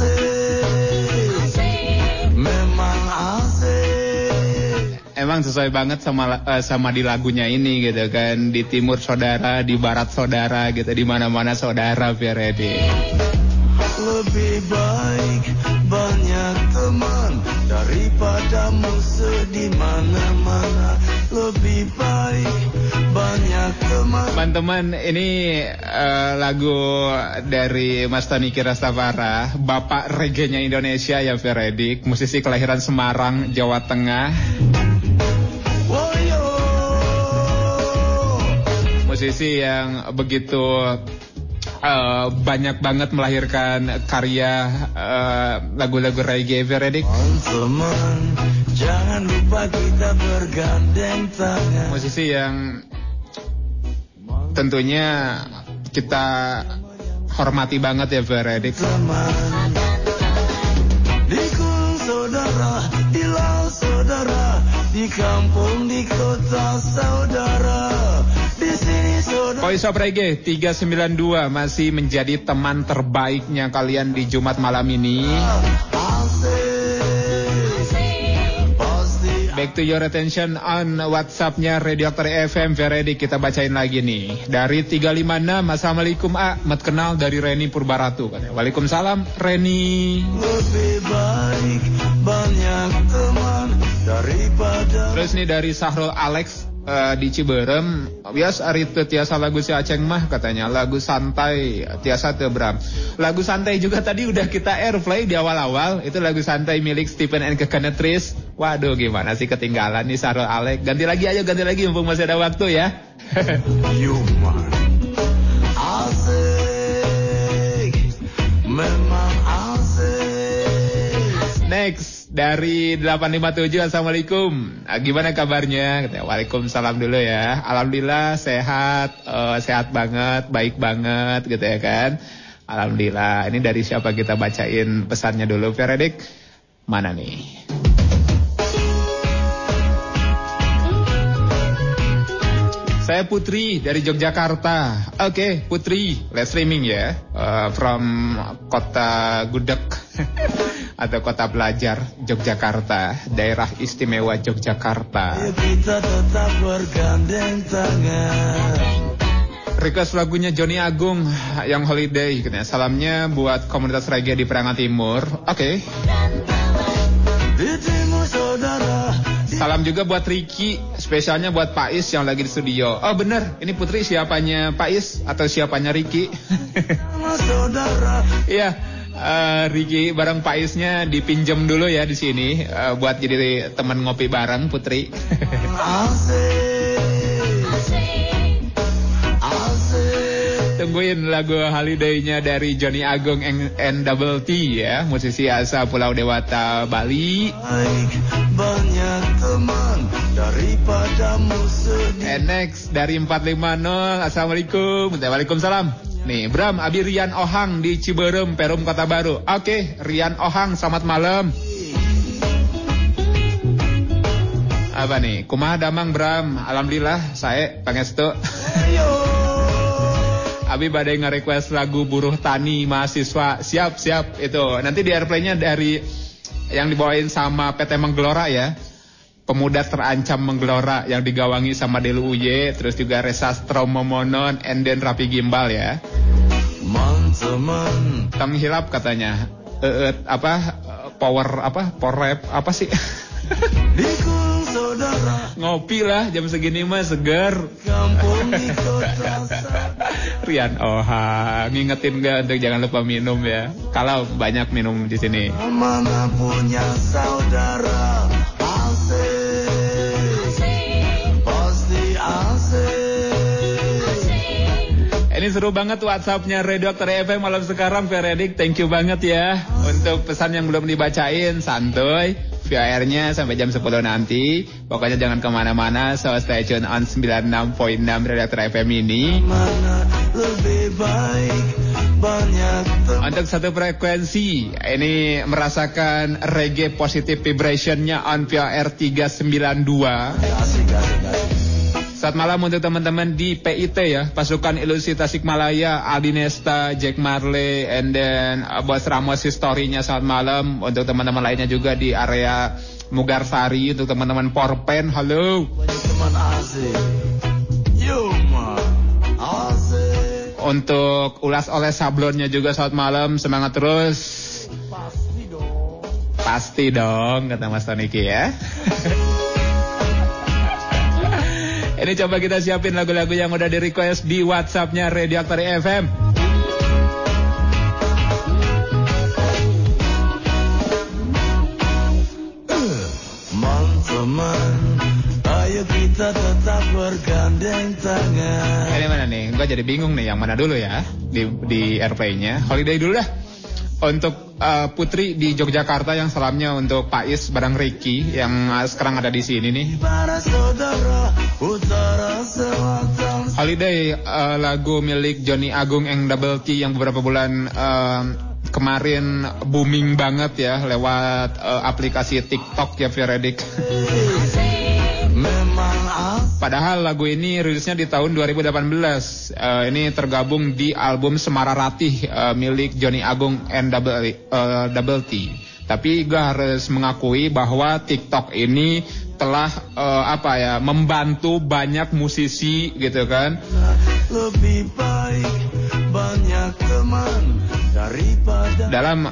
Emang sesuai banget sama di lagunya ini gitu kan. Di timur saudara, di barat saudara gitu, di mana-mana saudara Veredi. Lebih baik banyak teman daripada musuh di mana-mana. Lebih baik banyak teman. Teman-teman, ini lagu dari Mas Toniki Rastafara, bapak reggae-nya Indonesia ya Veredik, musisi kelahiran Semarang, Jawa Tengah. Musisi yang begitu banyak banget melahirkan karya lagu-lagu reggae Veredik. Jangan lupa kita bergandeng tangan. Musisi yang tentunya kita hormati banget ya, Veredik. Di gunung saudara, di laut saudara, di kampung, di kota saudara, di sini saudara. Voice of Reggae 392 masih menjadi teman terbaiknya kalian di Jumat malam ini. Back to your attention on WhatsApp-nya Radio Aktor FM Veredik, kita bacain lagi nih. Dari 356, Assalamualaikum Mat kenal dari Reni Purbaratu. Waalaikumsalam Reni. Lebih baik banyak teman daripada. Terus nih dari Sahrul Alex di Ciberem, bias ari teu tiasa lagu si Aceng mah katanya, lagu santai tiasa teu Bram. Lagu santai juga tadi udah kita airplay di awal-awal, itu lagu santai milik Stephen and Kekenetris. Waduh gimana sih ketinggalan nih Sahrul Alex. Ganti lagi mumpung masih ada waktu ya. Human asik, memang asik. Next dari 857, Assalamualaikum. Gimana kabarnya? Katanya, Waalaikumsalam dulu ya. Alhamdulillah sehat, sehat banget, baik banget gitu ya kan. Alhamdulillah. Ini dari siapa kita bacain pesannya dulu, Veredik? Mana nih? Saya Putri dari Yogyakarta. Oke, Putri, live streaming ya, from kota Gudeg atau kota pelajar Yogyakarta, daerah istimewa Yogyakarta. Kita tetap bergandeng tangan. Request lagunya Johnny Agung yang Holiday, katanya. Salamnya buat komunitas reggae di Perangan Timur. Oke. Di timur saudara. Salam juga buat Ricky, spesialnya buat Pak Is yang lagi di studio. Oh bener, ini Putri siapanya Pak Is atau siapanya Ricky? Iya, Ricky bareng Pak Isnya dipinjem dulu ya di sini buat jadi teman ngopi bareng Putri. Tungguin lagu Holiday-nya dari Johnny Agung and Double T ya, musisi asal Pulau Dewata, Bali. Banyak teman daripada musuh. And next dari 450, Assalamualaikum. Waalaikumsalam. Nih Bram, Abi Rian Ohang di Ciberem, Perum Kota Baru. Oke, Rian Ohang, selamat malam. Apa nih? Kumaha damang Bram? Alhamdulillah, saya pangestu. Abi badai nge-request lagu Buruh Tani Mahasiswa. Siap itu. Nanti di airplay-nya dari yang dibawain sama PT Menggelora ya. Pemuda Terancam Menggelora yang digawangi sama Delu Uye, terus juga Resa Stromomonon, and then Rapi Gimbal ya. Tang hilap katanya. Power rap apa sih? Ngopi lah jam segini mah segar. Rian Ohang, ngingetin gak untuk jangan lupa minum ya. Kalau banyak minum di sini. Mana punya saudara asik, pasti asik. Ini seru banget WhatsApp-nya Radio Aktor FM malam sekarang, Veredik. Thank you banget ya untuk pesan yang belum dibacain, santuy. VAR-nya sampai jam 10 nanti. Pokoknya jangan kemana-mana, so stay tune on 96.6 Radio Aktor FM ini. Lebih baik banyak teman. Untuk satu frekuensi, ini merasakan reggae positive vibration-nya on VAR 392. Saat malam untuk teman-teman di PIT ya, Pasukan Ilusi Tasikmalaya, Aldi Nesta, Jack Marley, and then Bos Ramos History-nya saat malam. Untuk teman-teman lainnya juga di area Mugarsari, untuk teman-teman Porpen, halo. Teman asik. Asik. Untuk ulas-oles sablonnya juga saat malam, semangat terus. Pasti dong, kata Mas Toniki ya. Ini coba kita siapin lagu-lagu yang udah di-request di WhatsApp-nya Radio Aktor FM. Teman, ayo kita tetap bergandeng tangan. Ini mana nih? Gua jadi bingung nih yang mana dulu ya di airplay-nya. Holiday dulu dah. Untuk Putri di Yogyakarta, yang salamnya untuk Pak Is bareng Ricky yang sekarang ada di sini nih. Holiday, lagu milik Johnny Agung and Double T yang beberapa bulan kemarin booming banget ya lewat aplikasi TikTok ya, Fioredik. Padahal lagu ini rilisnya di tahun 2018. Ini tergabung di album Semara Ratih milik Johnny Agung and Double T. Tapi gue harus mengakui bahwa TikTok ini telah membantu banyak musisi gitu kan. Lebih baik banyak teman daripada dalam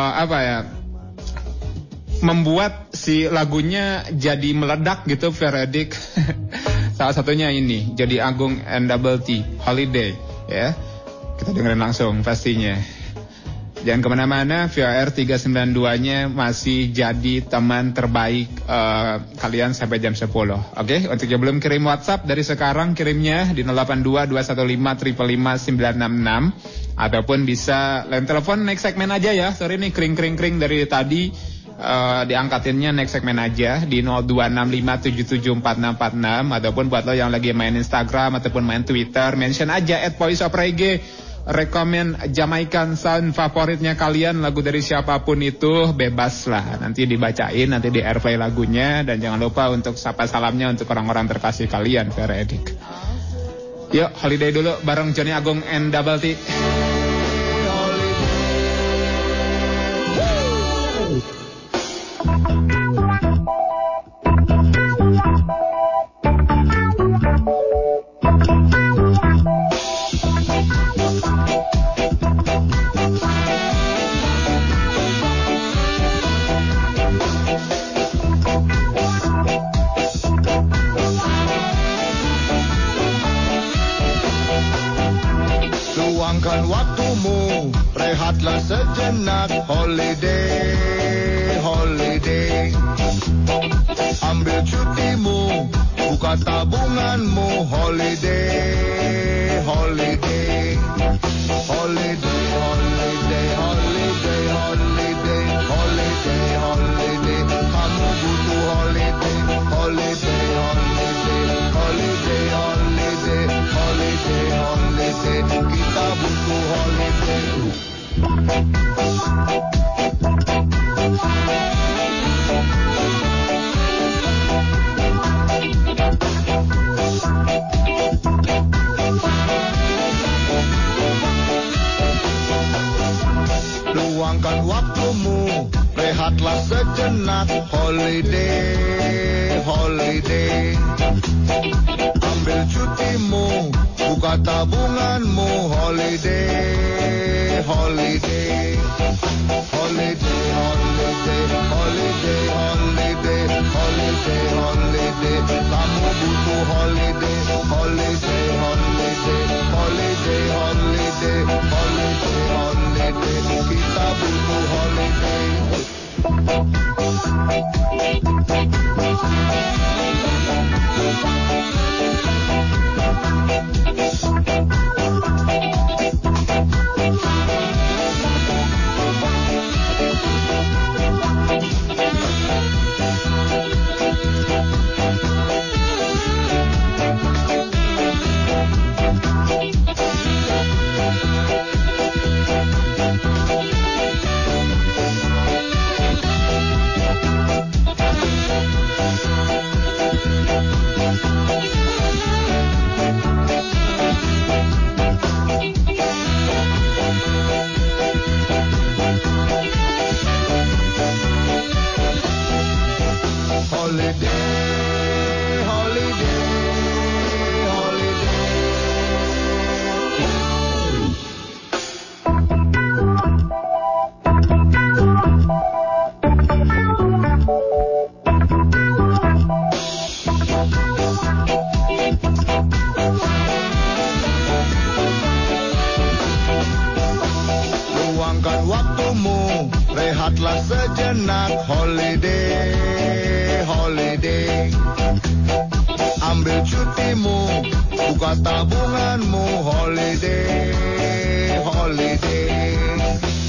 membuat si lagunya jadi meledak gitu, Fioredik. Salah satunya ini Johnny Agung and Double T, Holiday ya. Kita dengerin langsung pastinya. Jangan kemana-mana, VOR 392-nya masih jadi teman terbaik kalian sampai jam 10. Oke, untuk yang belum kirim WhatsApp dari sekarang kirimnya di 08221555966 ataupun bisa line telepon next segmen aja ya. Sorry nih kring dari tadi. Diangkatinnya next segmen aja di 0265774646 ataupun buat lo yang lagi main Instagram ataupun main Twitter, mention aja @voiceofreggae, rekomen Jamaican sound favoritnya kalian, lagu dari siapapun itu bebas lah, nanti dibacain, nanti di airplay lagunya. Dan jangan lupa untuk sapa salamnya untuk orang-orang terkasih kalian, Fioredik. Yuk, Holiday dulu bareng Johnny Agung and Double T. Luangkan waktumu, rehatlah sejenak. Holiday, holiday. Ambil cutimu, buka tabunganmu. Holiday, holiday. Holiday, holiday, holiday, holiday. Holiday, holiday. Kamu butuh holiday. Holiday, holiday. Holiday, holiday. Holiday, holiday. Kita butuh holiday. Luangkan waktumu, rehatlah sejenak. Holiday, holiday. Ambil cutimu, buka tabunganmu. Holiday, holiday. Holiday, holiday, holiday, holiday. Holiday, holiday. Kamu butuh holiday. Holiday, holiday. Holiday, holiday. Holiday, holiday. Kita butuh holiday. Luangkan waktumu, rehatlah sejenak. Holiday, holiday. Ambil cutimu, buka tabunganmu. Holiday, holiday.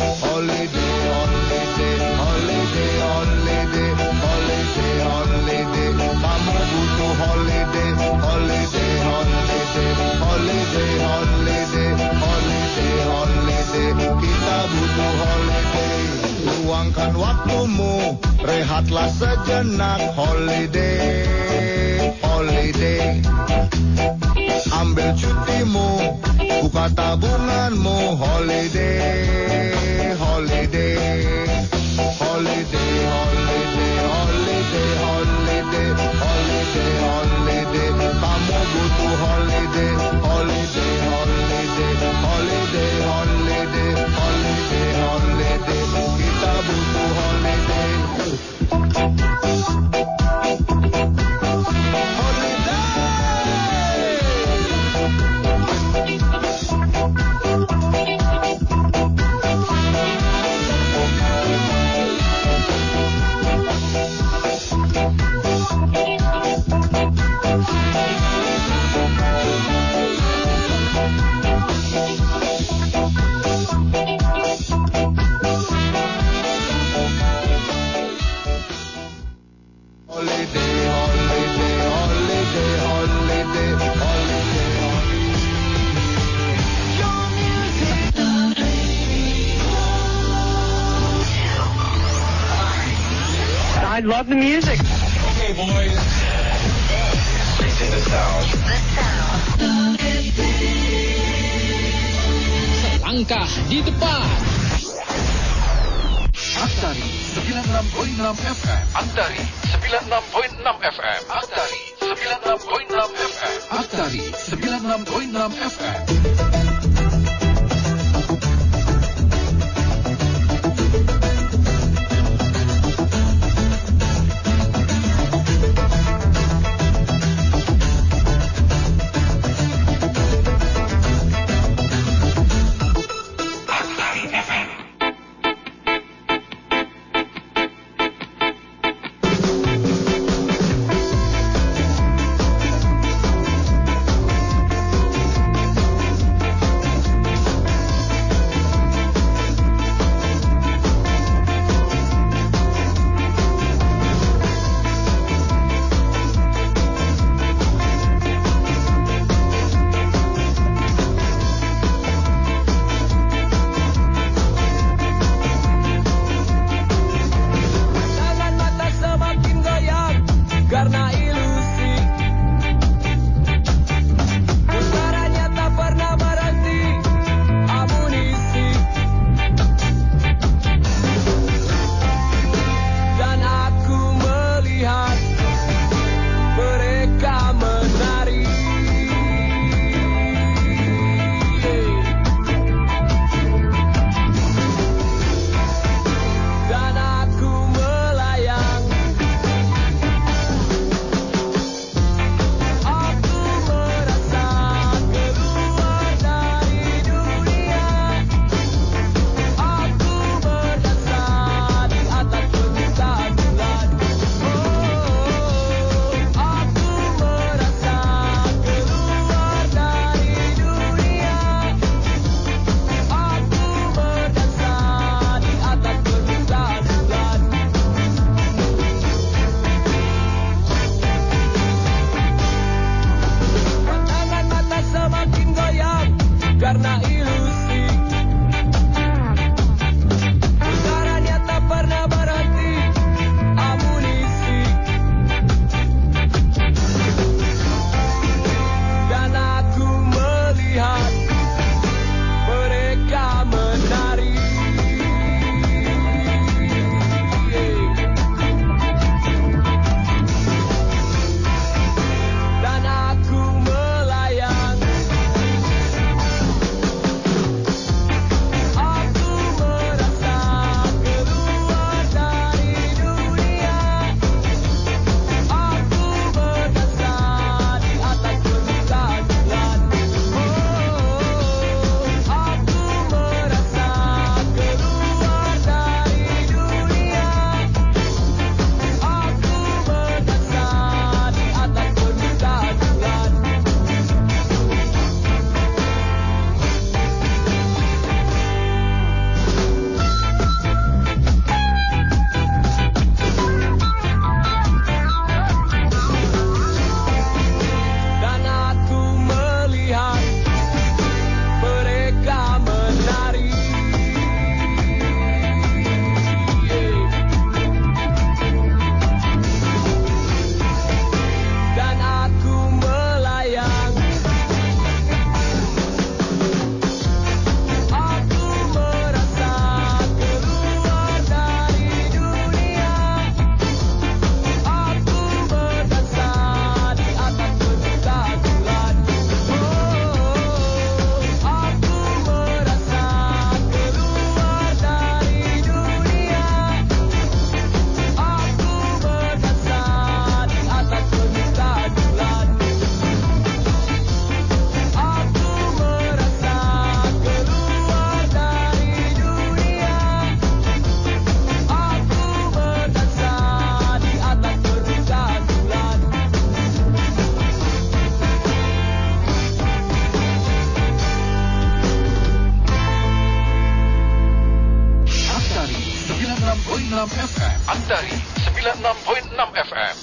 holiday, holiday, holiday, holiday, holiday, holiday. Kamu butuh holiday, holiday, holiday, holiday, holiday, holiday, holiday. Kita butuh holiday. Luangkan waktumu, rehatlah sejenak. Holiday, holiday. Ambil cutimu, buka tabunganmu. Holiday, holiday, holiday, holiday, holiday, holiday, holiday, holiday. Kamu butuh holiday, holiday, holiday, holiday, holiday, holiday, holiday. Kita butuh holiday. I love the music. Okay, boys. This is the sound. Selangkah di depan. Aktari 96.6 FM. Aktari 96.6 FM. Aktari 96.6 FM. Aktari 96.6 FM. FM, Andari 96.6 FM.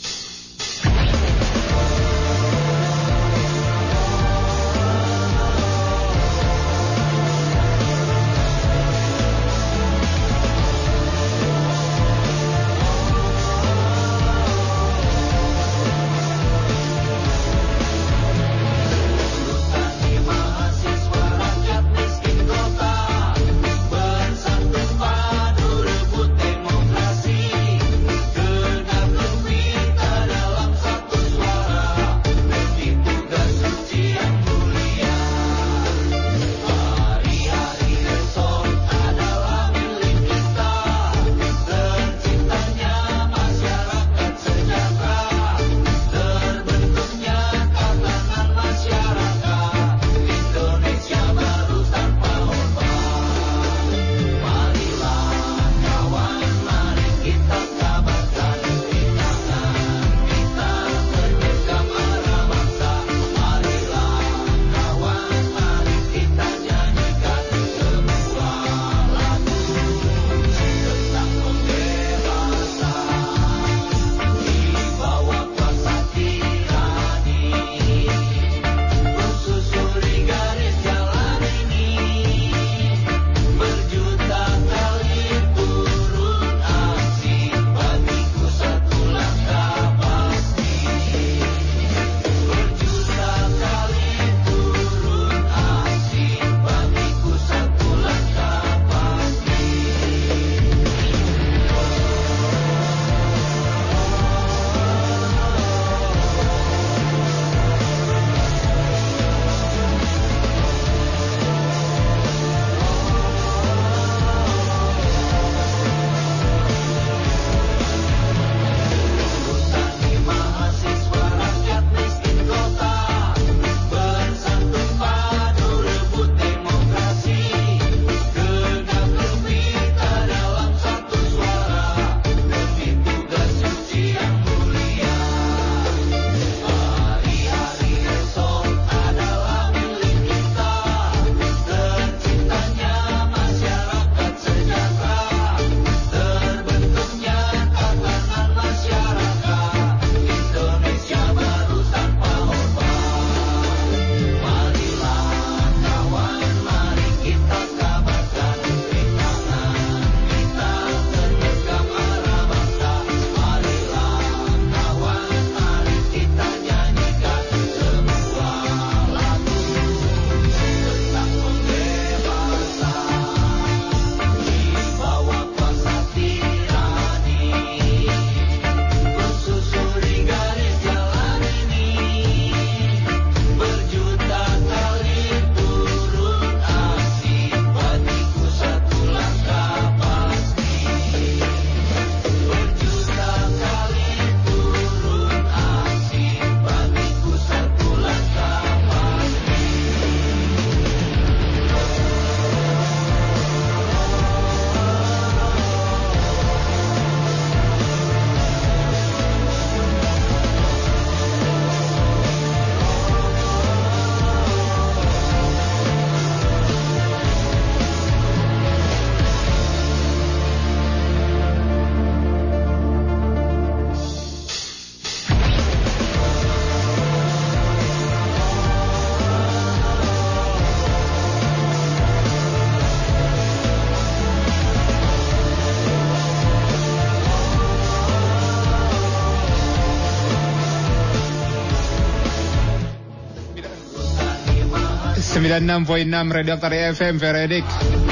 ...96.6 Radio Aktor FM Veredik.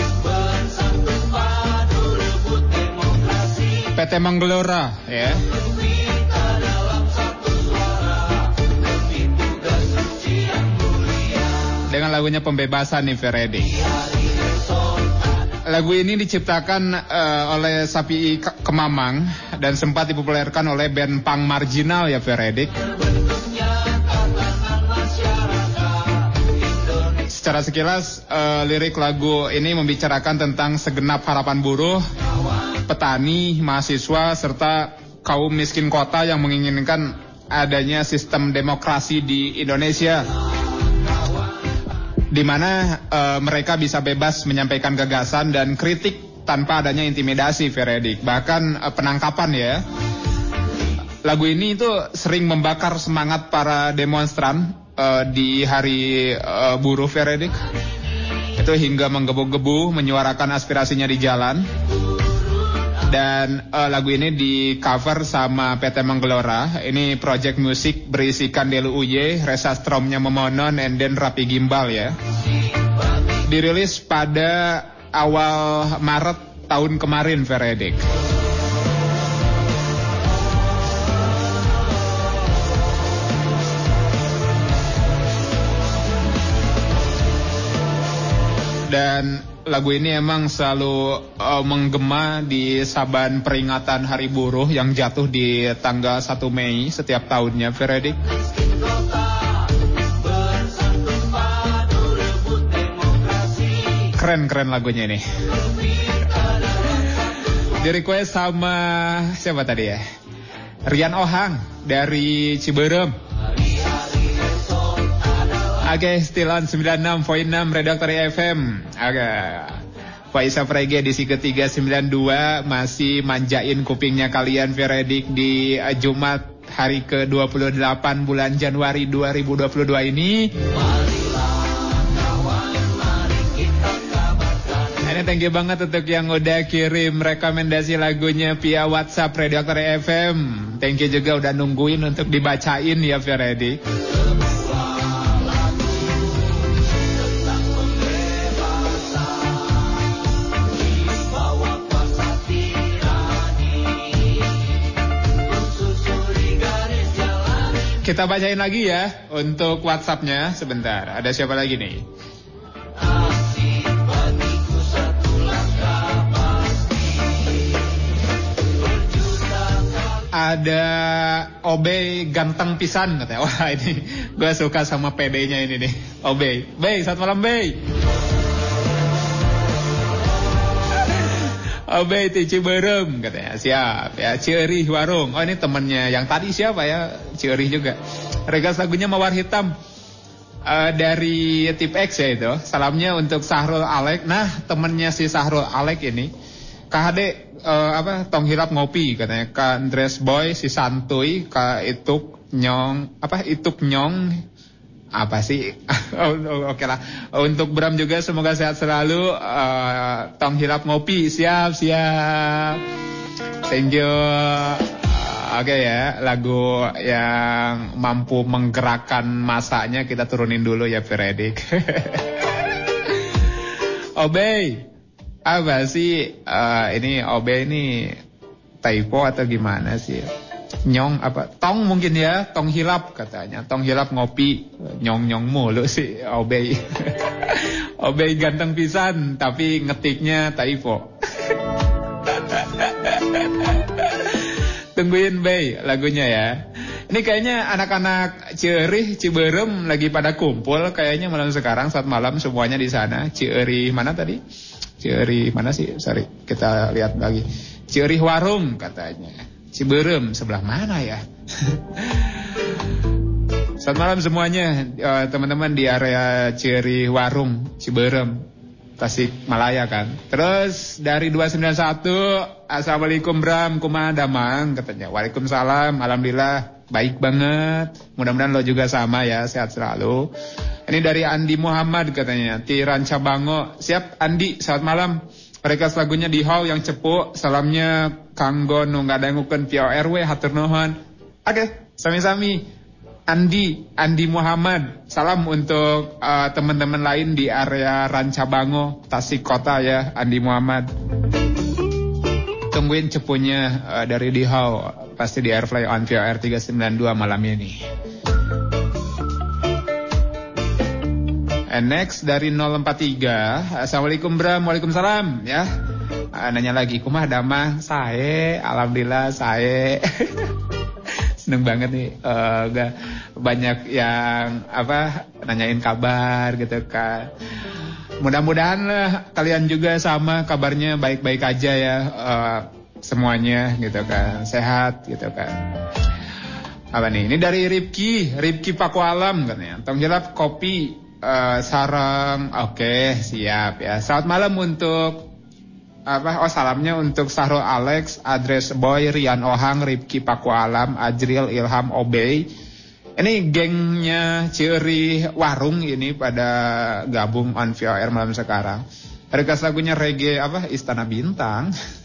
PT Manggelora ya. Dengan lagunya Pembebasan nih Veredik. Lagu ini diciptakan oleh Sapi Kemamang dan sempat dipopulerkan oleh band punk marginal ya Veredik. Secara sekilas lirik lagu ini membicarakan tentang segenap harapan buruh, petani, mahasiswa, serta kaum miskin kota yang menginginkan adanya sistem demokrasi di Indonesia, di mana mereka bisa bebas menyampaikan gagasan dan kritik tanpa adanya intimidasi, Feredik. Bahkan penangkapan ya. Lagu ini itu sering membakar semangat para demonstran di hari buruh, Feredik. Itu hingga menggebu-gebu menyuarakan aspirasinya di jalan. Dan lagu ini di cover sama PT Manggelora. Ini project musik berisikan Delu Uye, Resa Stromnya Memonon, and then Rapi Gimbal ya. Dirilis pada awal Maret tahun kemarin, Feredik. Dan lagu ini emang selalu menggema di saban peringatan Hari Buruh yang jatuh di tanggal 1 Mei setiap tahunnya, Feredik. Keren lagunya ini. Di request sama siapa tadi ya? Rian Ohang dari Ciberem. Oke, still on 96.6 Redaktor FM. Oke. Faisal Frege edisi ketiga 92 masih manjain kupingnya kalian, Feredik, di Jumat hari ke-28 bulan Januari 2022 ini. Ini thank you banget untuk yang udah kirim rekomendasi lagunya via WhatsApp Redaktor FM. Thank you juga udah nungguin untuk dibacain ya, Feredik. Kita bacain lagi ya untuk WhatsApp-nya sebentar. Ada siapa lagi nih? Ada Obey ganteng pisan katanya. Wah, ini gue suka sama PD-nya ini nih. Obey. Bey, selamat malam, Bey. Obey di Ciberem katanya. Siap ya, Cierih Warung. Oh, ini temennya yang tadi siapa ya? Cierih juga. Regas lagunya Mawar Hitam. Dari Tip X ya itu. Salamnya untuk Sahrul Alek. Nah, temennya si Sahrul Alek ini KHD tong hilap ngopi katanya. Ka Andres Boy si Santuy, Ka Ituk Nyong, Ituk Nyong apa sih? Oke lah. Untuk Bram juga semoga sehat selalu. Tong hilap ngopi, siap. Thank you. Oke ya, lagu yang mampu menggerakkan masanya kita turunin dulu ya, Feredik. Obey. Apa sih ini Obey ini typo atau gimana sih? Nyong apa? Tong mungkin ya, tong hilap katanya. Tong hilap ngopi, nyong mulu sih Obey. Obey ganteng pisan tapi ngetiknya typo. Tungguin Bay lagunya ya. Ini kayaknya anak-anak Cierih Ciberem lagi pada kumpul kayaknya malam sekarang saat malam semuanya di sana. Cierih mana tadi? Cierih mana sih? Sorry, kita lihat lagi. Cierih Warung katanya. Ciberem sebelah mana ya? Selamat malam semuanya, teman-teman di area Cierih Warung, Ciberem, Tasikmalaya kan. Terus dari 291, Assalamualaikum Bram, kumaha damang katanya. Waalaikumsalam, alhamdulillah baik banget. Mudah-mudahan lo juga sama ya, sehat selalu. Ini dari Andi Muhammad katanya, ti Ranca Bango. Siap Andi, selamat malam. Mereka lagunya di hall yang cepu. Salamnya kanggo nu ngadangukeun via RW hatur nuhun. Oke, sami-sami. Andi Muhammad. Salam untuk teman-teman lain di area Ranca Bango, Tasik Kota ya, Andi Muhammad. Tungguin cepunya dari di hall. Pasti di Airfly on via R392 malam ini. And next dari 043, Assalamualaikum Bram, waalaikumsalam ya. Nanya lagi, kumaha damang? Sae, alhamdulillah sae. Seneng banget nih, banyak yang nanyain kabar gitu kan. Mudah-mudahan lah kalian juga sama kabarnya baik-baik aja ya, semuanya gitu kan, sehat gitu kan. Apa nih? Ini dari Ripki Pakualam katanya. Tong jelap kopi. Sarang, oke, siap ya. Selamat malam untuk salamnya untuk Sahrul Alex, Adres Boy, Rian Ohang, Ripki Paku Alam, Ajril, Ilham Obey. Ini gengnya Ciri Warung ini pada gabung on VOR malam sekarang. Request lagunya reggae Istana Bintang.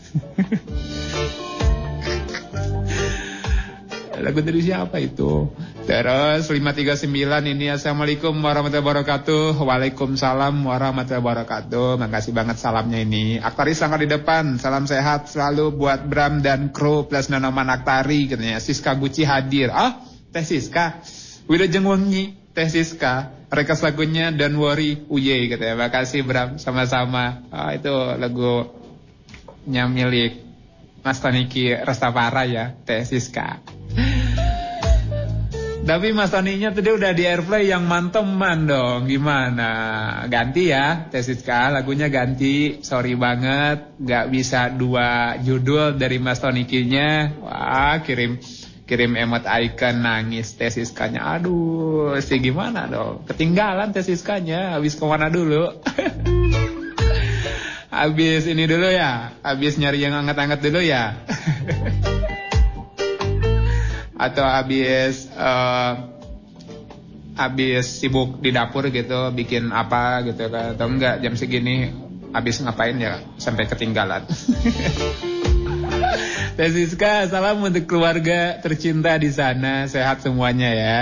Lagu dari siapa itu? Terus 539 ini, Assalamualaikum warahmatullahi wabarakatuh. Waalaikumsalam warahmatullahi wabarakatuh. Makasih banget salamnya ini. Aktari sangat di depan. Salam sehat selalu buat Bram dan kru plus Nanoman Aktari katanya. Siska Guci hadir. Teh Siska. Wilujeng Wengi, Teh Siska. Request lagunya Don't Worry Uye katanya. Makasih Bram, sama-sama. Itu lagunya milik Mas Toniki Restapara ya, Teh Siska. Tapi Mas Toninya tadi udah di airplay yang manteman dong. Gimana? Ganti ya Teh Siska, lagunya ganti. Sorry banget gak bisa 2 judul dari Mas Tonikinya. Wah, kirim emot icon nangis Teh Siskanya. Aduh, gimana dong? Ketinggalan Teh Siskanya. Habis kemana dulu? Habis ini dulu ya? Habis nyari yang anget-anget dulu ya? Atau habis sibuk di dapur gitu, bikin apa gitu kan? Atau enggak, jam segini habis ngapain ya sampai ketinggalan? Teh Siska, salam untuk keluarga tercinta di sana, sehat semuanya ya.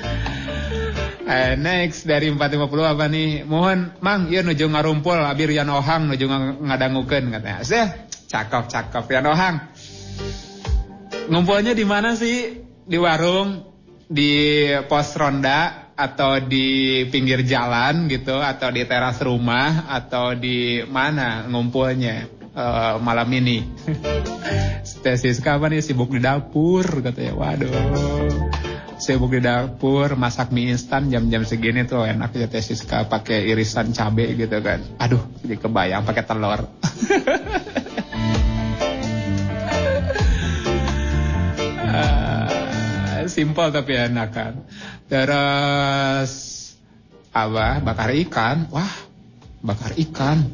Next dari 450 apa nih? Mohon Mang, ieu nuju ngarumpul abi Rian Ohang nuju ngadangukeun katanya. Cakep Rian Ohang. Ngumpulnya di mana sih? Di warung, di pos ronda, atau di pinggir jalan gitu, atau di teras rumah, atau di mana ngumpulnya malam ini? Teh Siska apa nih? Sibuk di dapur katanya. Waduh, sibuk di dapur masak mie instan jam-jam segini tuh enak ya Teh Siska pakai irisan cabai gitu kan. Aduh, jadi kebayang pakai telur. Simpel tapi enak kan. Terus bakar ikan. Wah, bakar ikan.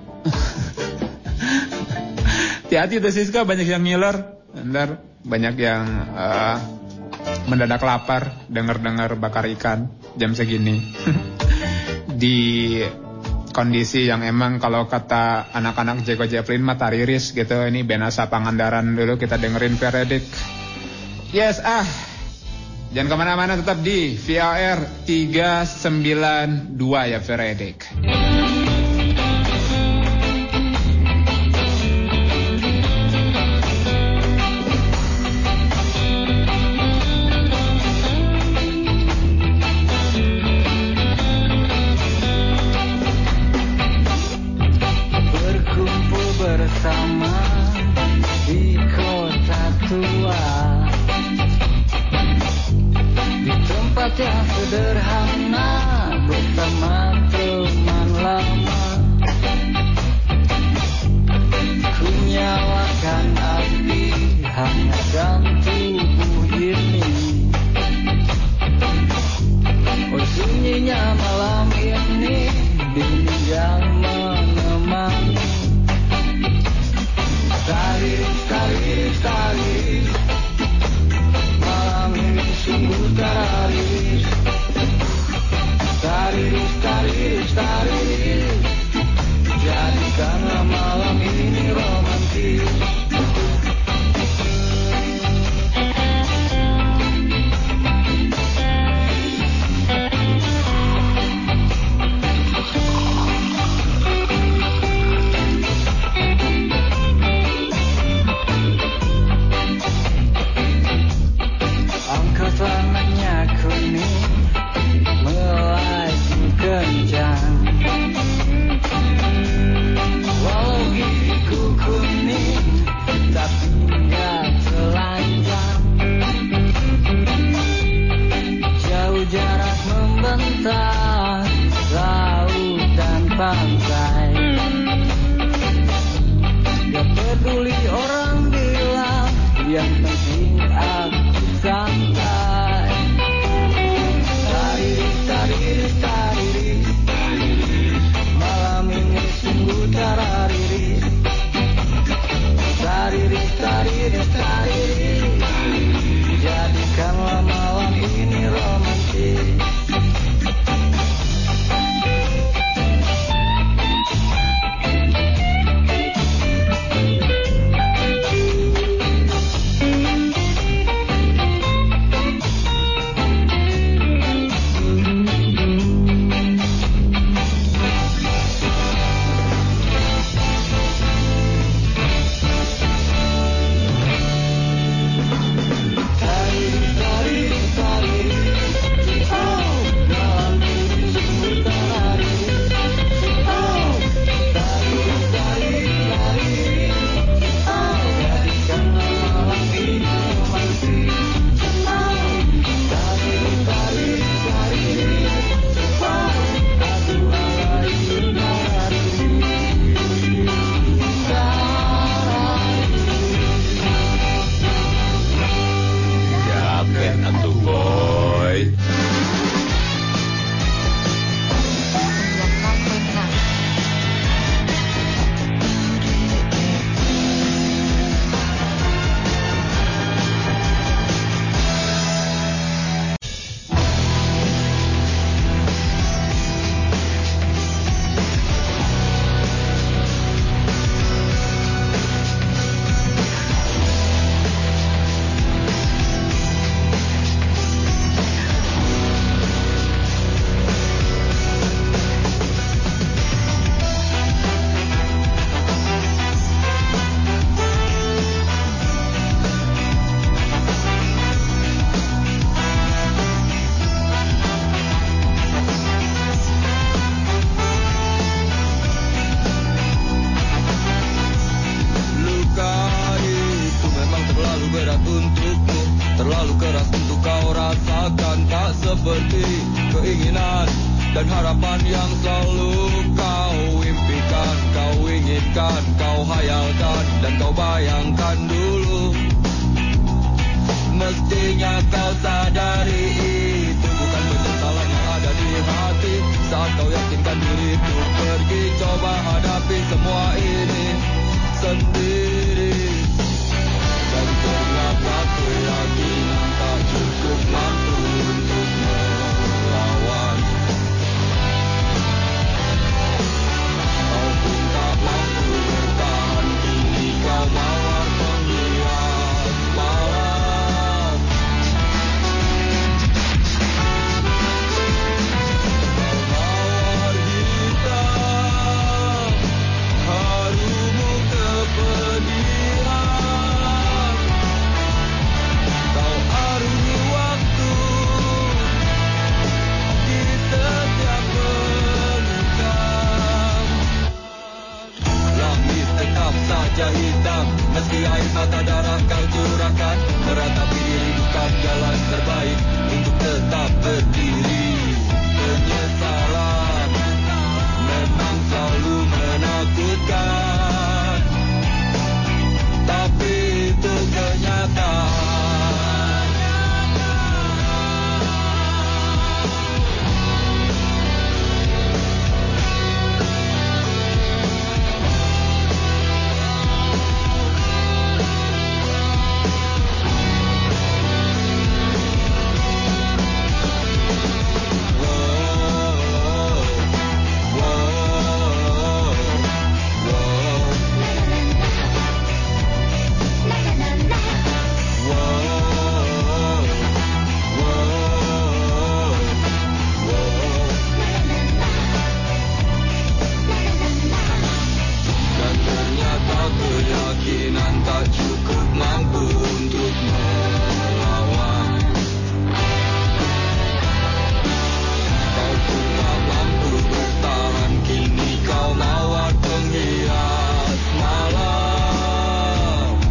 Hati-hati Teh Siska, banyak yang ngiler. Bentar, banyak yang mendadak lapar dengar bakar ikan jam segini. Di kondisi yang emang kalau kata anak-anak Jeko Jeplin mah tariris gitu. Ini Benasa Pangandaran dulu kita dengerin Veredik. Yes, jangan kemana-mana, tetap di VOR 392 ya Veredik. Berkumpul bersama di kota tua, di tempat yang sederhana bersama teman lama. Ku nyalakan api hangatkan tubuh ini. Oh, sunyinya malam ini dinding yang menemani. Tari, malam ini sungguh tariris. Tariris, jadikanlah malam ini romantis. Angkatlah nanya kuning melaju kencang. Walau gigiku kuning tapi nggak telanjang. Jauh jarak membentang laut dan pantai. Gak peduli orang bilang, yang penting aku santai. Tariris, malam ini sungguh tariris. dan harapan yang selalu kau impikan, kau inginkan, kau hayalkan dan kau bayangkan dulu. Mestinya kau sadari itu bukan penyesalan yang ada di hati. Saat kau yakinkan diri untuk pergi, coba hadapi semua ini sendiri. Dan ternyata keyakinan tak cukup mampu untuk melawan. Kau pun tak mampu bertahan, kini kau mawar penghias malam. Kau mawar hitam, harumu kepedihan. Kau arungi waktu di setiap pelukan. Langit tetap saja hitam, meski air mata darah kau curahkan. Meratapi diri bukan jalan terbaik untuk tetap berdiri. Penyesalan memang selalu menakutkan, tapi itu kenyataan. Dan ternyata keyakinan tak cukup mampu untuk melawan. Kau pun tak mampu bertahan, kini kau mawar penghias malam.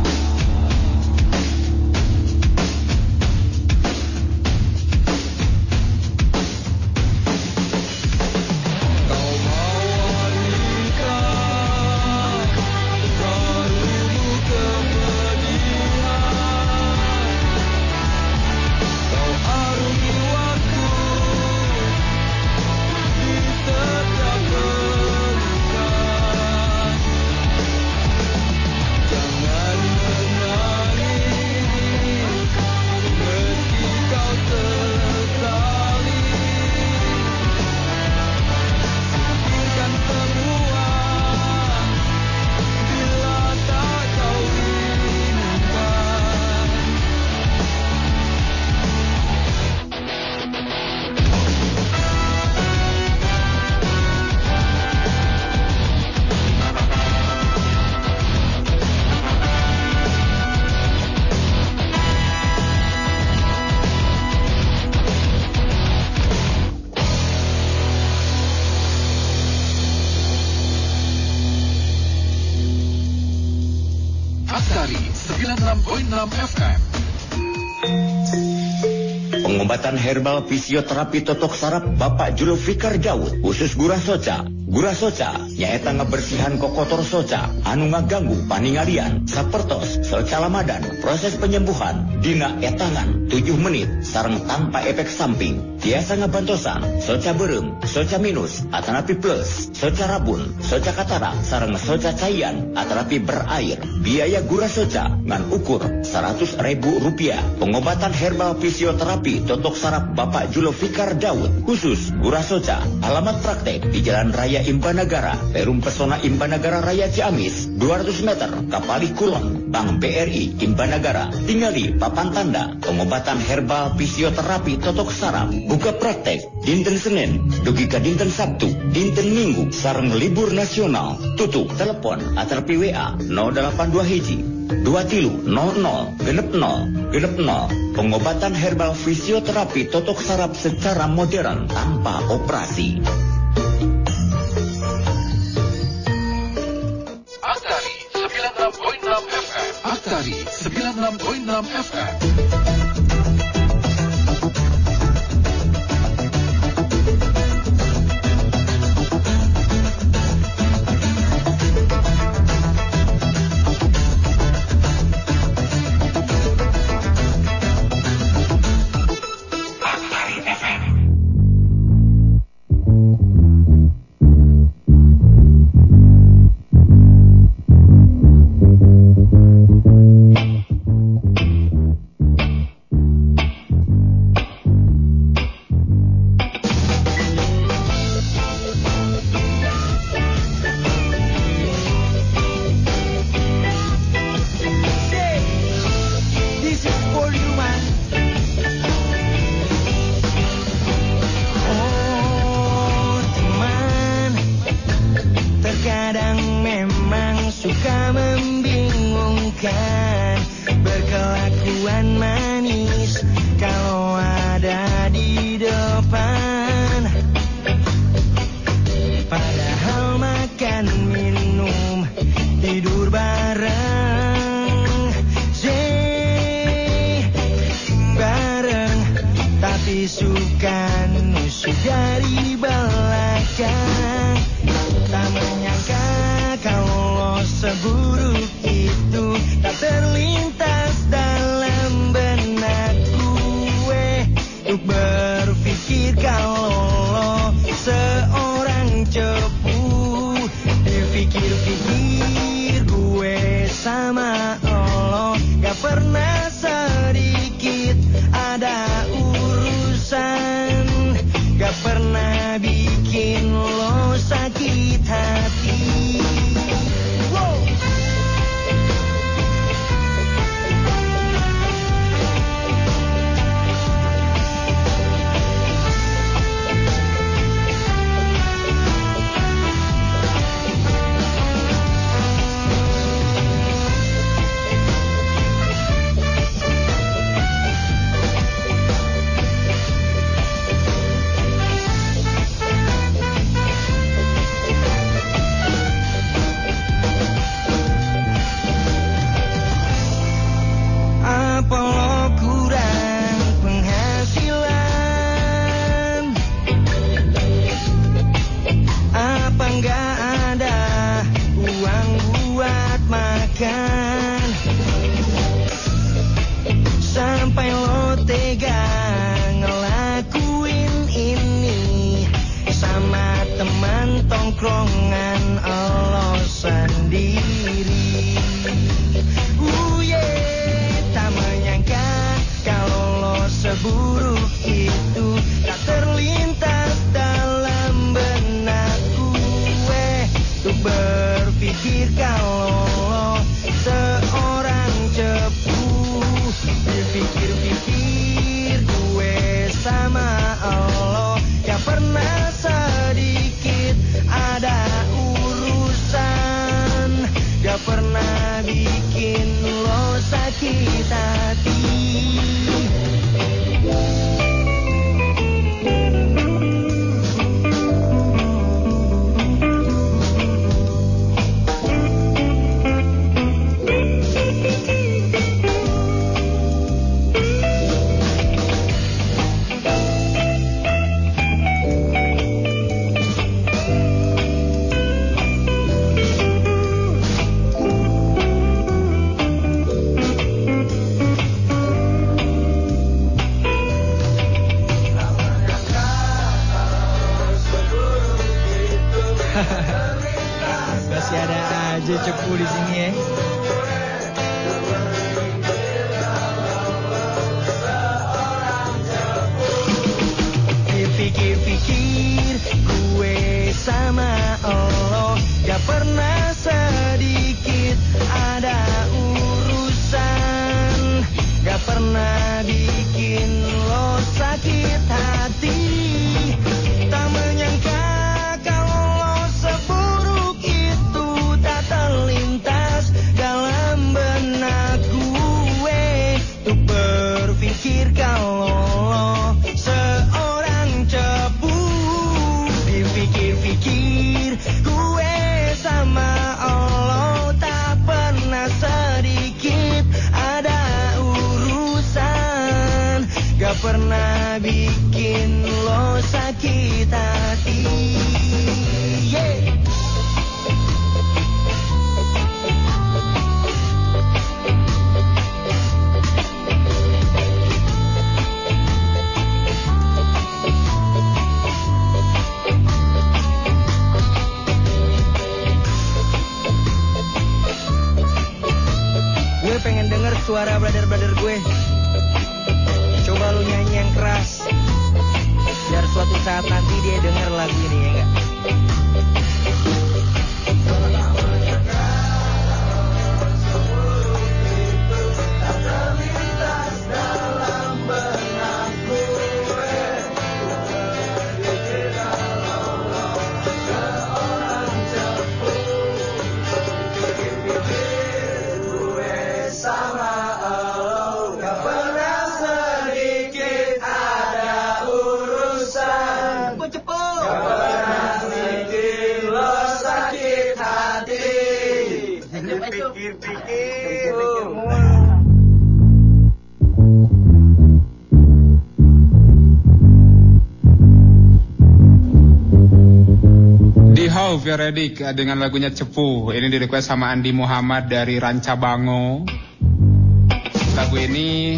Kau mawar hitam, harumu kepedihan. Kau arungi waktu di setiap pelukan. Jangan menangis meski kau sesali. Singkirkan semua bila tak kau inginkan. Astari 96.6 FM. Pengobatan herbal fisioterapi totok saraf Bapak Julfikar Daud khusus gura soca. Gura soca nyaeta ngebersihan kokotor soca anu ngaganggu paningalian sapertos soca lamadan. Proses penyembuhan dina etangan 7 menit sareng tanpa efek samping. Tiasa ngabantosan soca berem, soca minus atanapi plus, soca rabun, soca katarak sareng soca caian atanapi berair. Biaya gura soca ngan ukur Rp100.000. Pengobatan herbal fisioterapi totok saraf Bapak Julfikar Daud khusus gura soca. Alamat praktek di Jalan Raya Imbanagara, Perum Pesona Imbanagara Raya Ciamis, 200 meter Kapali Kulon, Bank BRI Imbanagara. Tingali papan tanda pengobatan herbal fisioterapi totok saraf. Buka praktek dinten Senin dugi ka dinten Sabtu, dinten Minggu sareng libur nasional. Tutup telepon atarapi WA 082 hiji 23 00 genep 0 genep 0. Pengobatan herbal fisioterapi totok saraf secara modern tanpa operasi. Astari 96.6 FM. Astari 96.6 FM. kelakuan manis kalau ada di depan. Padahal makan minum tidur bareng, bareng, tapi suka nusuk dari belakang. Tak menyangka kalau seburuk itu tak terlintas dalam benak gue untuk berpikir kalau seorang cepu. Dipikir-pikir gue sama lo gak pernah sedikit ada urusan, gak pernah bikin lo sakit hati. Wow. Apa lo kurang penghasilan? Apa nggak ada uang buat makan? Sampai lo tega ngelakuin ini sama teman tongkrongan lo sendiri. Tak menyangka kalau lo seburuk itu tak terlintas dalam benak gue untuk berpikir kalau lo seorang cepu. Dipikir-pikir gue sama lo gak pernah sedikit ada urusan, gak pernah bikin lo sakit hati. Masih ada aja cepu di sini ya. Dipikir-pikir gue sama lo gak pernah sedikit ada urusan, gak pernah bikin lo sakit hati. Tak menyangka kalau lo seburuk itu tak terlintas dalam benak gue untuk berpikir kalau lo seorang cepu. Dipikir-pikir gue sama lo tak pernah sedikit ada urusan, gak pernah bikin lo sakit hati. Yeah. Gue pengen denger suara brother-brother gue. Coba lu nyanyi yang keras, biar suatu saat nanti dia denger lagu ini, ya enggak? Pikir-pikir. Di How Veredik dengan lagunya Cepu. Ini di request sama Andi Muhammad dari Rancabango. Lagu ini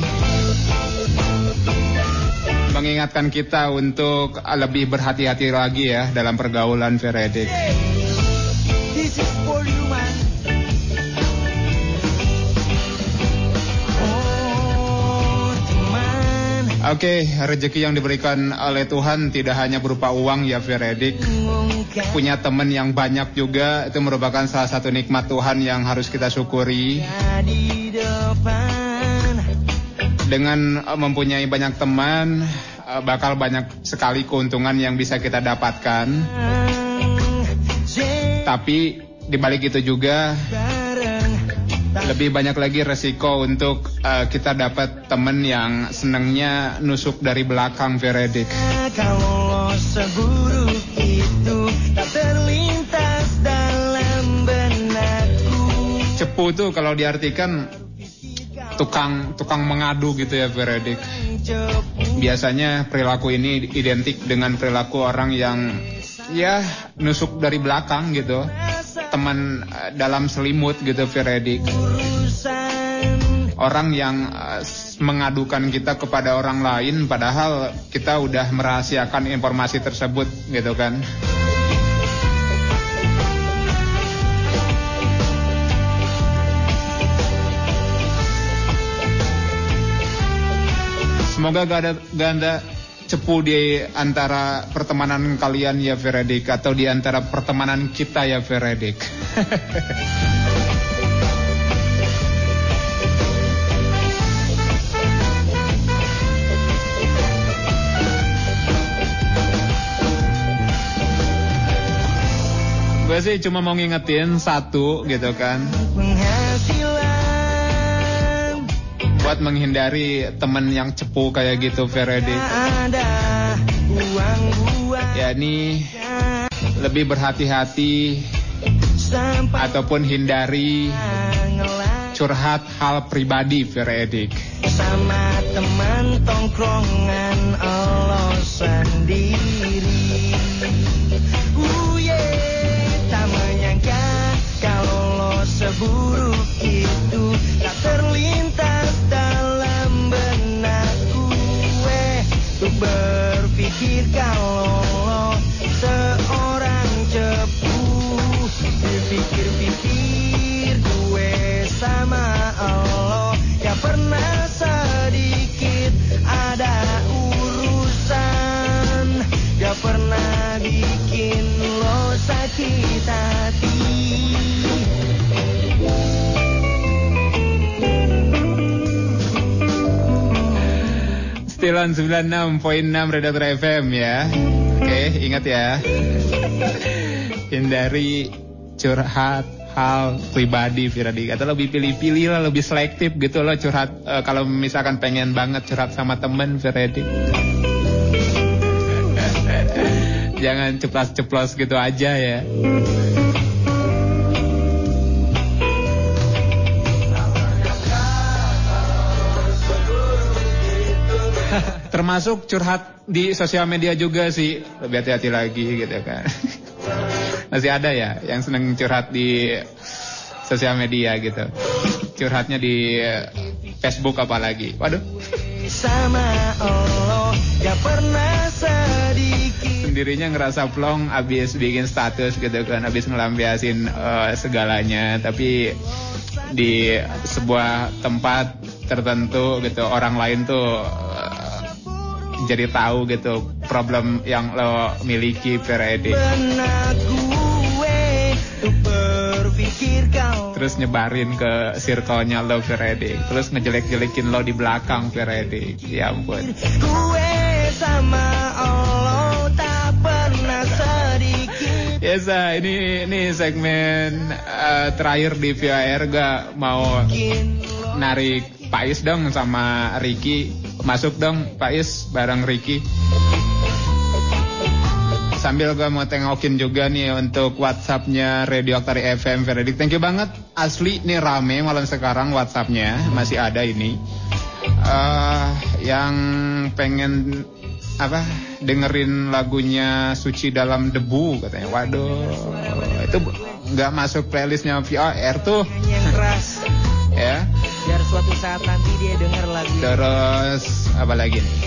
mengingatkan kita untuk lebih berhati-hati lagi ya dalam pergaulan Veredik. This is for you, man. Oh, teman. Oke, rezeki yang diberikan oleh Tuhan tidak hanya berupa uang ya Veredik. Punya teman yang banyak juga itu merupakan salah satu nikmat Tuhan yang harus kita syukuri. Dengan mempunyai banyak teman, bakal banyak sekali keuntungan yang bisa kita dapatkan. Tapi dibalik itu juga lebih banyak lagi resiko untuk kita dapat teman yang senangnya nusuk dari belakang Veredik. Kalau seburuk itu tak terlintas dalam benakku. Cepu tuh kalau diartikan tukang mengadu gitu ya Veredik. Biasanya perilaku ini identik dengan perilaku orang yang ya nusuk dari belakang gitu. Teman dalam selimut gitu Veredik. Orang yang mengadukan kita kepada orang lain padahal kita udah merahasiakan informasi tersebut gitu kan. Semoga gak ada cepu di antara pertemanan kalian ya Veredik, atau di antara pertemanan kita ya Veredik. Gue sih cuma mau ngingetin satu gitu kan, buat menghindari temen yang cepu kayak gitu Veredik. Ya ini lebih berhati-hati ataupun hindari curhat hal pribadi Veredik. Sama teman tongkrongan lo sendiri. Tak menyangka kalau lo seburuk itu tak terlintas dalam benakku. Untuk berpikir kalau lo seorang cepu. Dipikir-pikir gue sama lo gak pernah sedikit ada urusan. Gak pernah bikin lo sakit hati. Stilan 96.6 Redaktor FM ya. Oke, ingat ya. Hindari curhat hal pribadi Veredik, atau lebih pilih-pilih lah, lebih selektif gitu loh curhat. Kalau misalkan pengen banget curhat sama temen Veredik, jangan ceplos-ceplos gitu aja ya. Termasuk curhat di sosial media juga sih, lebih hati-hati lagi gitu kan. Masih ada ya yang seneng curhat di sosial media gitu. Curhatnya di Facebook apalagi. Waduh. Sama Allah gak pernah sedikit. Sendirinya ngerasa plong abis bikin status gitu kan, abis ngelampiasin segalanya, tapi di sebuah tempat tertentu gitu orang lain tuh jadi tahu gitu problem yang lo miliki Veredik. Terus nyebarin ke circle-nya lo Veredik, terus ngejelek-jelekin lo di belakang Veredik. Ya ampun. Gue sama Allah tak pernah sedikit. Yes, ini segmen terakhir di VAR. Gak mau narik Pais dong sama Ricky. Masuk dong Pais bareng Ricky. Sambil gue mau tengokin juga nih untuk WhatsApp-nya Radio Aktari FM Veredik. Thank you banget. Asli nih rame malam sekarang WhatsApp-nya. Masih ada ini. Yang pengen dengerin lagunya Suci Dalam Debu katanya. Waduh, itu nggak masuk playlistnya VOR tuh. Yang keras. Ya. Biar suatu saat nanti dia denger lagu. Terus apa lagi nih?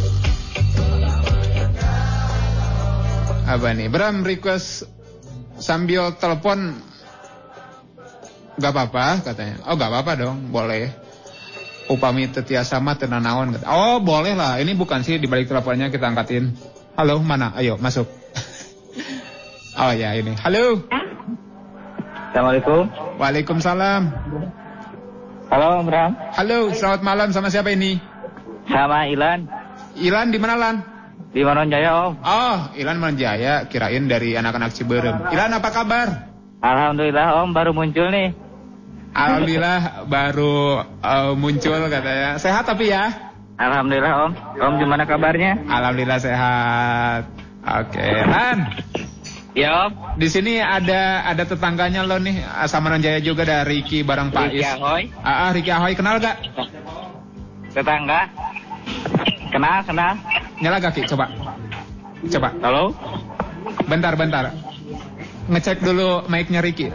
Apa nih? Bram request sambil telepon. Gak apa-apa katanya. Oh gak apa-apa dong, boleh. Upami tetiasa mah teu nanaon. Oh boleh lah, ini bukan sih di balik teleponnya kita angkatin. Halo, mana? Ayo masuk. Oh ya ini. Halo. Assalamualaikum. Waalaikumsalam. Halo Bram. Halo, selamat malam, sama siapa ini? Sama Ilan. Ilan di mana Lan? Di Manonjaya Om. Oh, Ilan Manonjaya, kirain dari anak-anak Ciberem. Ilan apa kabar? Alhamdulillah Om, baru muncul nih. Alhamdulillah baru muncul katanya. Sehat tapi ya? Alhamdulillah Om. Om gimana kabarnya? Alhamdulillah sehat. Oke, Lan. Ya Om. Di sini ada tetangganya lo nih, sama Manonjaya juga, dari Riki bareng Pak Is. Riki Ahoy. Riki Ahoy, kenal gak? Tetangga. Kenal. Nyala gak Ki? Coba. Halo. Bentar. Ngecek dulu mic-nya Riki.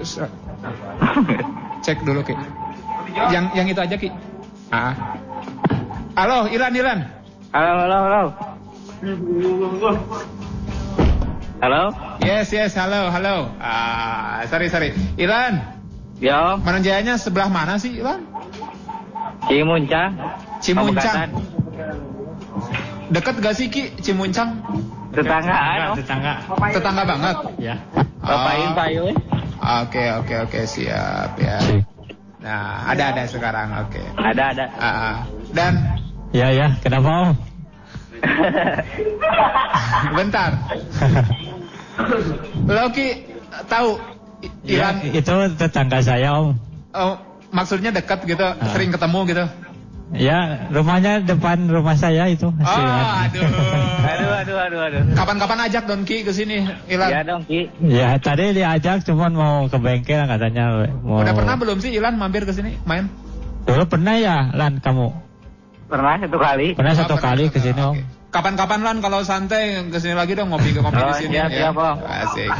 Cek dulu Ki. Yang itu aja Ki. Halo, Ilan. Halo. Halo. Yes, halo. Sorry. Ilan. Ya. Manonjayanya sebelah mana sih, Ilan? Cimuncang. Dekat gak sih Ki Cimuncang? Tetangga banget. Ya. Payun. Oke, siap ya. Nah, ada sekarang. Oke. Ada. Dan Ya, kenapa Om? bentar. Lo Ki tahu Ilan? Ya, itu tetangga saya Om. Oh, maksudnya dekat gitu, sering ketemu gitu. Ya, rumahnya depan rumah saya itu. Aduh. Aduh. Kapan-kapan ajak Don Ki ke sini, Ilan? Iya dong Ki. Ya, tadi diajak cuman mau ke bengkel katanya mau. Udah pernah belum sih Ilan mampir ke sini main? Dulu pernah ya, Lan, kamu? Pernah satu kali ke sini Om. Kapan-kapan Lan kalau santai ke sini lagi dong, ngopi di sini ya. Siap, Om. Asik.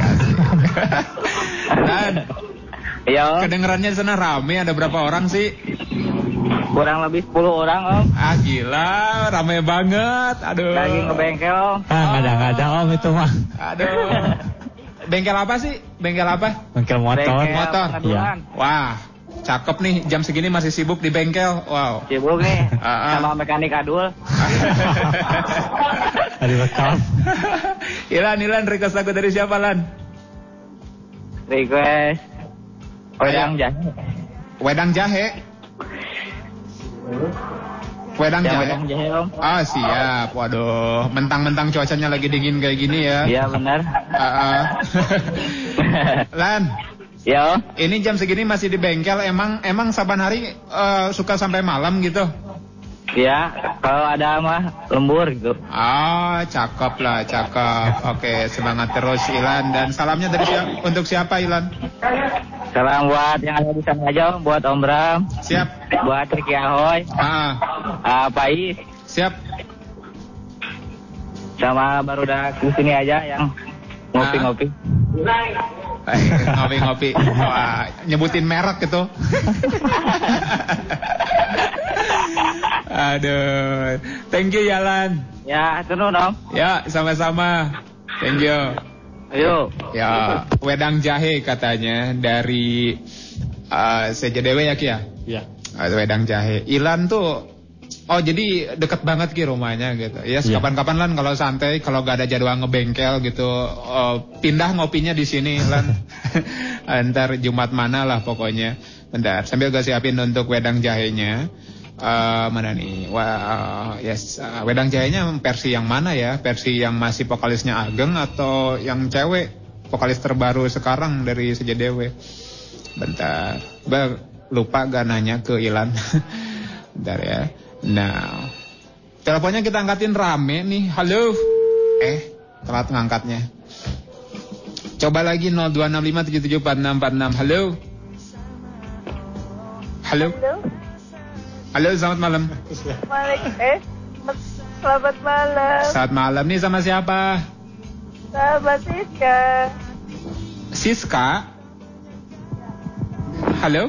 Lan. Iya. Kedengerannya di sana rame, ada berapa orang sih? Kurang lebih 10 orang Om. Gila, rame banget. Aduh. Lagi ngebengkel Om. Nggak ada Om itu mah. Aduh. Bengkel apa sih? Bengkel apa? Bengkel motor. Iya. Wah, cakep nih, jam segini masih sibuk di bengkel. Wow. Sibuk nih. Sama mekanik adul. Ada bekal. Ilan, request lagu dari siapa Lan? Request Wedang Jahe. Wedang Jahe. Wedang Jahe Om. Siap. Waduh, mentang-mentang cuacanya lagi dingin kayak gini ya. Iya benar. Lan. Ya. Ini jam segini masih di bengkel. Emang saban hari suka sampai malam gitu? Ya, kalau ada mah lembur gitu. Cakep. Oke, semangat terus Ilan. Dan salamnya dari untuk siapa Ilan? Salam buat yang ada di sana aja, buat Om Bram. Siap. Buat Riki Ahoy. Pak Is. Siap. Sama baru udah ke sini aja yang ngopi-ngopi. Ngopi-ngopi. Wah, nyebutin merek gitu. Aduh. Thank you Yalan. Ya, turun Om. Ya, sama-sama. Thank you. Ayo. Ya, Wedang Jahe katanya dari CJDW ya Ki ya? Iya. Wedang Jahe. Ilan tuh jadi deket banget Ki rumahnya gitu. Ya, kapan-kapan Lan kalau santai, kalau gak ada jadwal ngebengkel gitu, pindah ngopinya di sini Lan. Ntar Jumat mana lah pokoknya. Bentar, sambil gue siapin untuk Wedang Jahenya. Mana nih? Wedang Jahenya versi yang mana ya? Versi yang masih vokalisnya Ageng atau yang cewek? Vokalis terbaru sekarang dari CJDW. Bentar, gue lupa gak nanya ke Ilan. Bentar ya. Nah, teleponnya kita angkatin rame nih. Halo. Telat ngangkatnya. Coba lagi 0265774646. Halo. Halo. Halo, selamat malam. Selamat malam. Selamat malam, nih sama siapa? Sama Siska. Siska? Halo?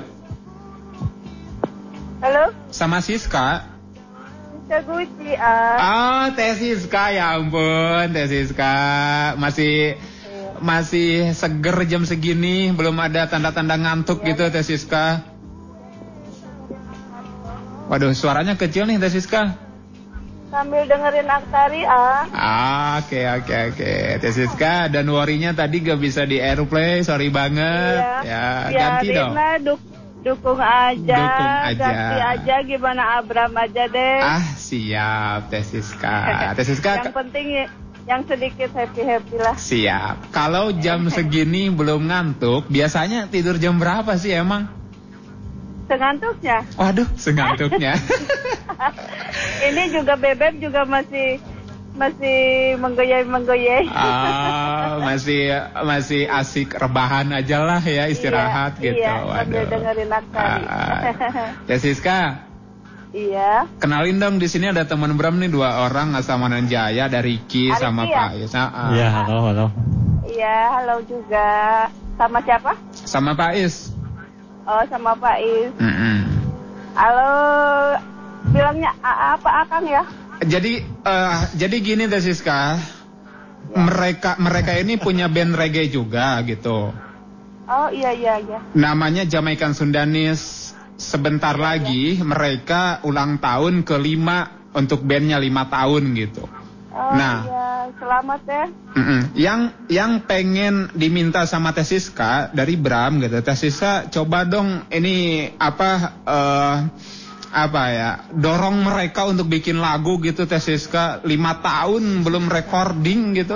Halo? Sama Siska? Siska Guci, Oh, Teh Siska, ya ampun, Teh Siska. Masih seger jam segini, belum ada tanda-tanda ngantuk gitu, Teh Siska. Waduh, suaranya kecil nih, Teh Siska. Sambil dengerin Aktari, Oke. Teh Siska, dan worry-nya tadi gak bisa di airplay, sorry banget. Iya. Ya, ganti dong. Dukung aja. Ganti aja, gimana Abram aja deh. Siap, Teh Siska. Teh Siska. Yang penting yang sedikit happy-happy lah. Siap. Kalau jam segini belum ngantuk, biasanya tidur jam berapa sih emang? Sengantuknya. Waduh, sengantuknya. Ini juga Bebek juga masih menggoyai. Masih asik rebahan aja lah ya, istirahat gitu. Iya, sambil dengerin Aktari. Teh Siska. Iya. Kenalin dong, di sini ada teman Bram nih, 2 orang, Asamanan Jaya, ada Ricky sama Pak Is. Iya, halo. Iya, halo juga. Sama siapa? Sama Pak Is. Oh, sama Pak Is. Halo, bilangnya apa Akang ya? Jadi gini Teh Siska, mereka ini punya band reggae juga gitu. Oh iya. Namanya Jamaican Sundanis. Sebentar lagi mereka ulang tahun ke-5 untuk bandnya 5 tahun gitu. Oh iya, selamat ya. Yang pengen diminta sama Teh Siska dari Bram gitu. Teh Siska coba dong ini dorong mereka untuk bikin lagu gitu, Teh Siska. 5 tahun belum recording gitu.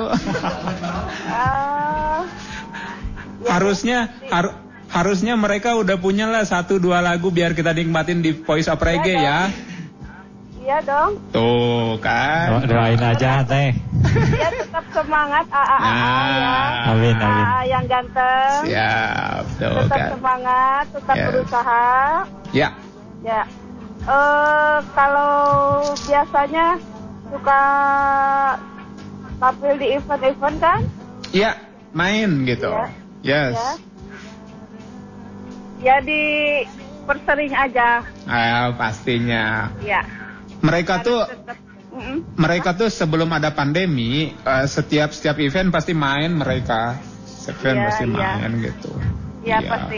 Harusnya mereka udah punya lah 1-2 lagu biar kita nikmatin di Voice of Reggae ya. Iya dong. Tuh kan. Doain aja Teh. Iya, tetap semangat ya. Amin. Yang ganteng. Siap. Tuh tetap kan. Semangat, tetap berusaha. Ya. Kalau biasanya suka tampil di event-event kan? Iya, main gitu. Yes. Ya dipersering aja. Pastinya. Ya. Mereka tuh sebelum ada pandemi, setiap event pasti main mereka. Event pasti main gitu. Iya, pasti.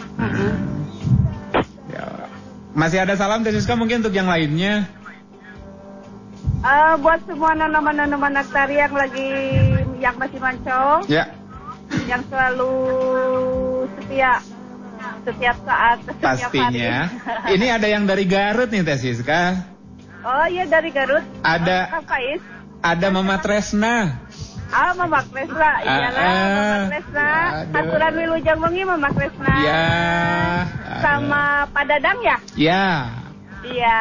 Ya. Masih ada salam Teh Siska mungkin untuk yang lainnya? Buat semua nonoman Aktari yang masih mancung. Ya. Yang selalu setiap saat, pastinya. Ini ada yang dari Garut nih Teh Siska. Oh iya, dari Garut. Ada Mama Tresna. Mama Tresna. Iyalah, Mama Tresna. Aturan Wilujeng Wengi Mama Tresna. Iya. Sama Pak Dadang ya? Iya.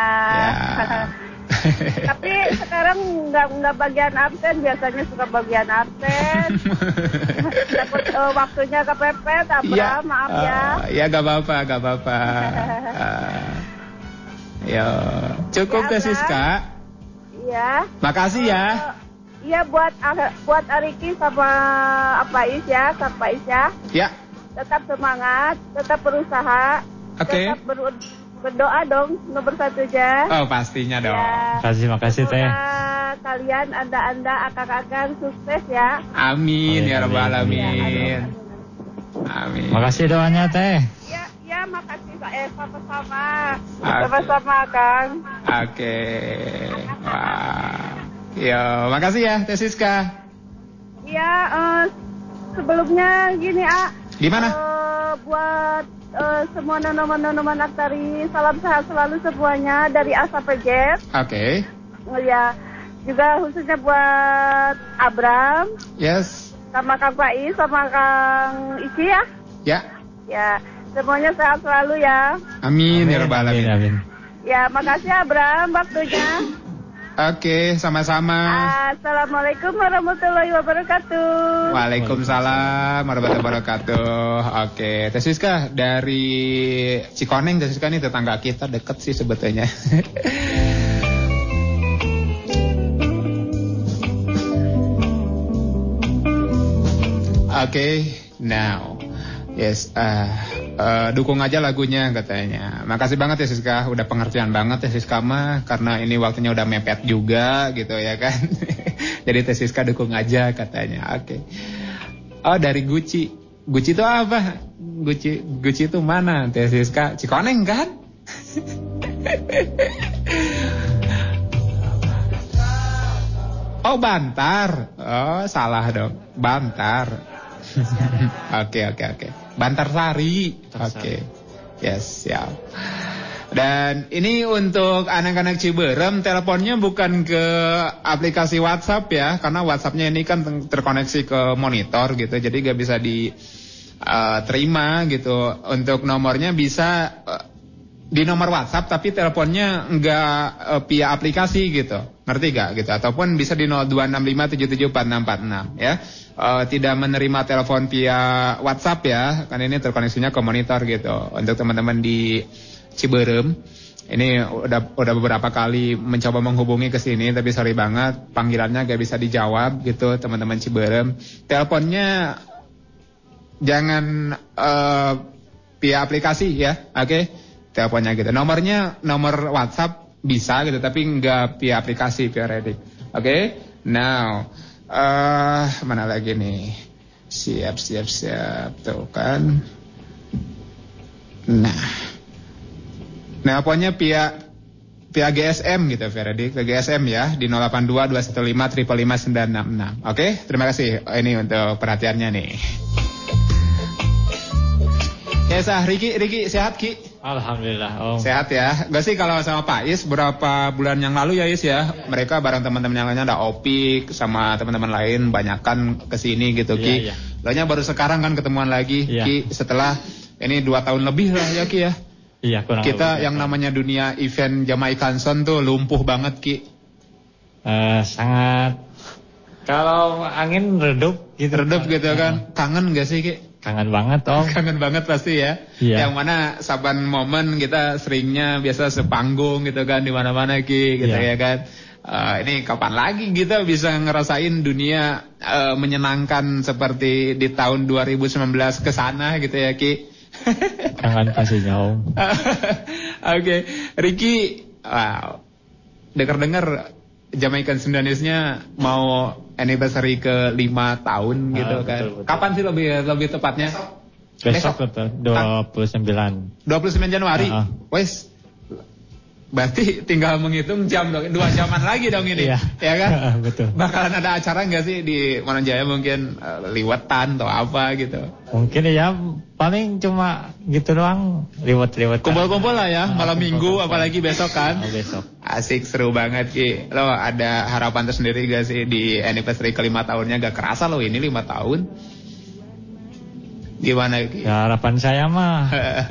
Tapi sekarang nggak bagian absen, biasanya suka bagian absen. Takut waktunya kepepet, maaf ya. Ya gak apa-apa. Ya, cukup Teh Siska. Iya. Makasih ya. Iya, buat Ariki sama Apais ya, Kak Pais ya. Ya. Tetap semangat, tetap berusaha. Oke. Tetap berdoa dong, nomor 1 aja. Oh, pastinya dong. Ya. Makasih Teh. Kalian, anda akang-akang sukses ya. Amin ya rabbal alamin. Amin. Makasih doanya Teh. Ya, makasih sama-sama Kang. Oke. Wah. Ya, makasih ya Teh Siska. Iya, sebelumnya gini Gimana? Buat semua nonoman Aktari, salam sehat selalu semuanya dari A sampai Z. Oke. Ya, juga khususnya buat Abram. Yes. Sama Kang Pais, sama Kang Ici ya. Ya. Ya, semuanya sehat selalu ya. Amin ya rabbal alamin. Ya, makasih Abram waktunya. Oke, sama-sama. Assalamualaikum warahmatullahi wabarakatuh. Waalaikumsalam warahmatullahi wabarakatuh. Oke, Teh Siska dari Cikoneng. Teh Siska ini tetangga kita, deket sih sebetulnya. Oke, now. Yes, dukung aja lagunya katanya. Makasih banget ya Siska, udah pengertian banget ya Siska mah, karena ini waktunya udah mepet juga gitu ya kan. Jadi Teh Siska dukung aja katanya. Oke. Oh, dari Gucci. Gucci itu apa? Gucci itu mana? Teh Siska Cikoneng kan? Oh, Bantar. Oh, salah dong. Bantar. Oke. Bantar Sari. Oke. Yes, siap. Dan ini untuk anak-anak Ciberem, teleponnya bukan ke aplikasi WhatsApp ya, karena WhatsAppnya ini kan terkoneksi ke monitor gitu, jadi gak bisa diterima gitu. Untuk nomornya bisa di nomor WhatsApp, tapi teleponnya nggak via aplikasi gitu, ngerti gak gitu? Ataupun bisa di 0265774646 ya. Tidak menerima telepon via WhatsApp ya, karena ini terkoneksinya ke monitor gitu. Untuk teman-teman di Ciberem, ini udah beberapa kali mencoba menghubungi ke sini, tapi sorry banget panggilannya gak bisa dijawab gitu, teman-teman Ciberem. Teleponnya jangan via aplikasi ya, oke? Teleponnya gitu. Nomornya nomor WhatsApp bisa gitu, tapi nggak via aplikasi, via Reddit. Oke? Now, mana lagi nih? Siap. Tuh kan. Nah. Teleponnya via GSM gitu, via Reddit, ke GSM ya, di 082215555966. Oke? Terima kasih ini untuk perhatiannya nih. Ya sah, Riki sehat Ki? Alhamdulillah Om. Sehat ya. Gak sih kalau sama Pak Is berapa bulan yang lalu ya Is ya, mereka bareng teman-teman yang lainnya ada Opik sama teman-teman lain banyakan kesini gitu Ki. Lainnya baru sekarang kan ketemuan lagi Ki, setelah ini 2 tahun lebih lah ya Ki ya. Iya, kurang kita lebih, yang namanya dunia event Jamaican Sound tuh lumpuh banget Ki. Sangat. Kalau angin redup gitu kan. Kangen gak sih Ki? Kangen banget Om. Kangen banget pasti ya. Yang mana saban momen kita seringnya biasa sepanggung gitu kan, di mana-mana Ki gitu ya kan. Ini kapan lagi kita bisa ngerasain dunia menyenangkan seperti di tahun 2019 ke sana gitu ya Ki. Kangen pastinya Om. Oke, Riki, wow. Dengar-dengar Jamaican Sundanisnya mau anniversary ke 5 tahun gitu kan. Betul. Kapan sih lebih tepatnya? Besok betul, 29 Januari. Wes. Berarti tinggal menghitung jam dong, 2 jaman lagi dong ini. Ya kan? Betul. Bakalan ada acara enggak sih di Mononjaya mungkin liwetan atau apa gitu? Mungkin ya paling cuma gitu doang, liwet. Kumpul-kumpul lah ya, malam minggu apalagi besok kan. Besok. Asik, seru banget Ki. Lo ada harapan tersendiri gak sih di anniversary ke 5 tahunnya? Gak kerasa lo ini 5 tahun. Gimana Ki? Ya, harapan saya mah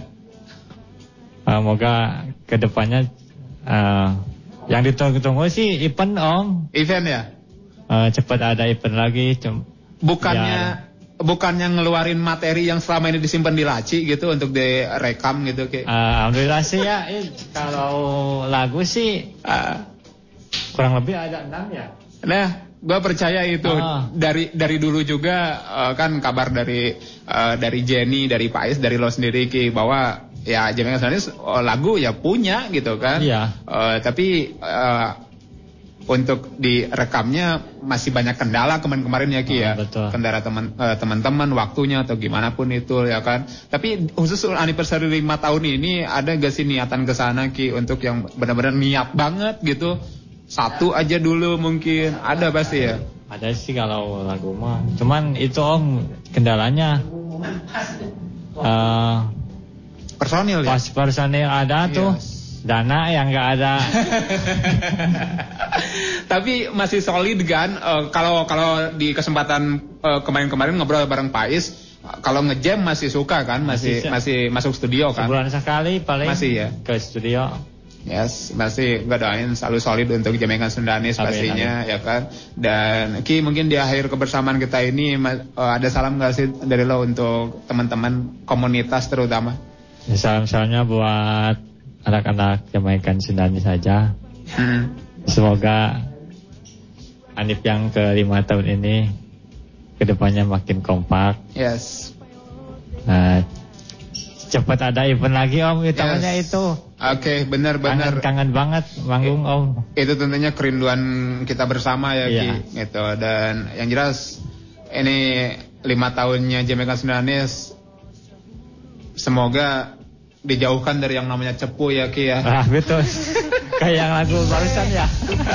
semoga kedepannya yang ditunggu-tunggu sih event Om. Event ya? Cepat ada event lagi. Bukannya ngeluarin materi yang selama ini disimpan di laci gitu untuk direkam gitu Ki? Alhamdulillah sih ya. Kalau lagu sih kurang lebih ada 6 ya. Nah, gue percaya itu dari dulu juga kan kabar dari Jenny, dari Pak Is, dari lo sendiri Ki, bahwa ya Jamaican Sundanis lagu ya punya gitu kan. Tapi untuk direkamnya masih banyak kendala kemarin ya Ki ya. Kendala teman-teman waktunya atau gimana pun itu ya kan. Tapi khusus anniversary 5 tahun ini ada gak sih niatan ke sana Ki untuk yang benar-benar niat banget gitu? Satu aja dulu mungkin ada pasti ya. Ada sih kalau lagu mah. Cuman itu Om kendalanya personil ya. Pas personil ada tuh. Dana yang nggak ada. Tapi masih solid kan. Kalau di kesempatan kemarin-kemarin ngobrol bareng Pak Is, kalau ngejam masih suka kan, masih masuk studio kan. Sebulan sekali paling masih ya ke studio. Yes, masih gue doain selalu solid untuk Jamaikan Sundanis pastinya, ya kan. Dan Ki, mungkin di akhir kebersamaan kita ini ada salam nggak sih dari lo untuk teman-teman komunitas terutama? Ya, salam-salamnya buat anak-anak Jamaikan Sundanis saja. Semoga Anif yang ke-5 tahun ini kedepannya makin kompak. Yes. Cepat ada event lagi Om, utamanya itu. Oke, benar-benar kangen banget manggung Om. Itu tentunya kerinduan kita bersama ya Ki, gitu. Dan yang jelas ini 5 tahunnya Jamaikan Sundanis, semoga dijauhkan dari yang namanya cepu ya Ki ya. Betul. Kayak yang lagu barusan ya.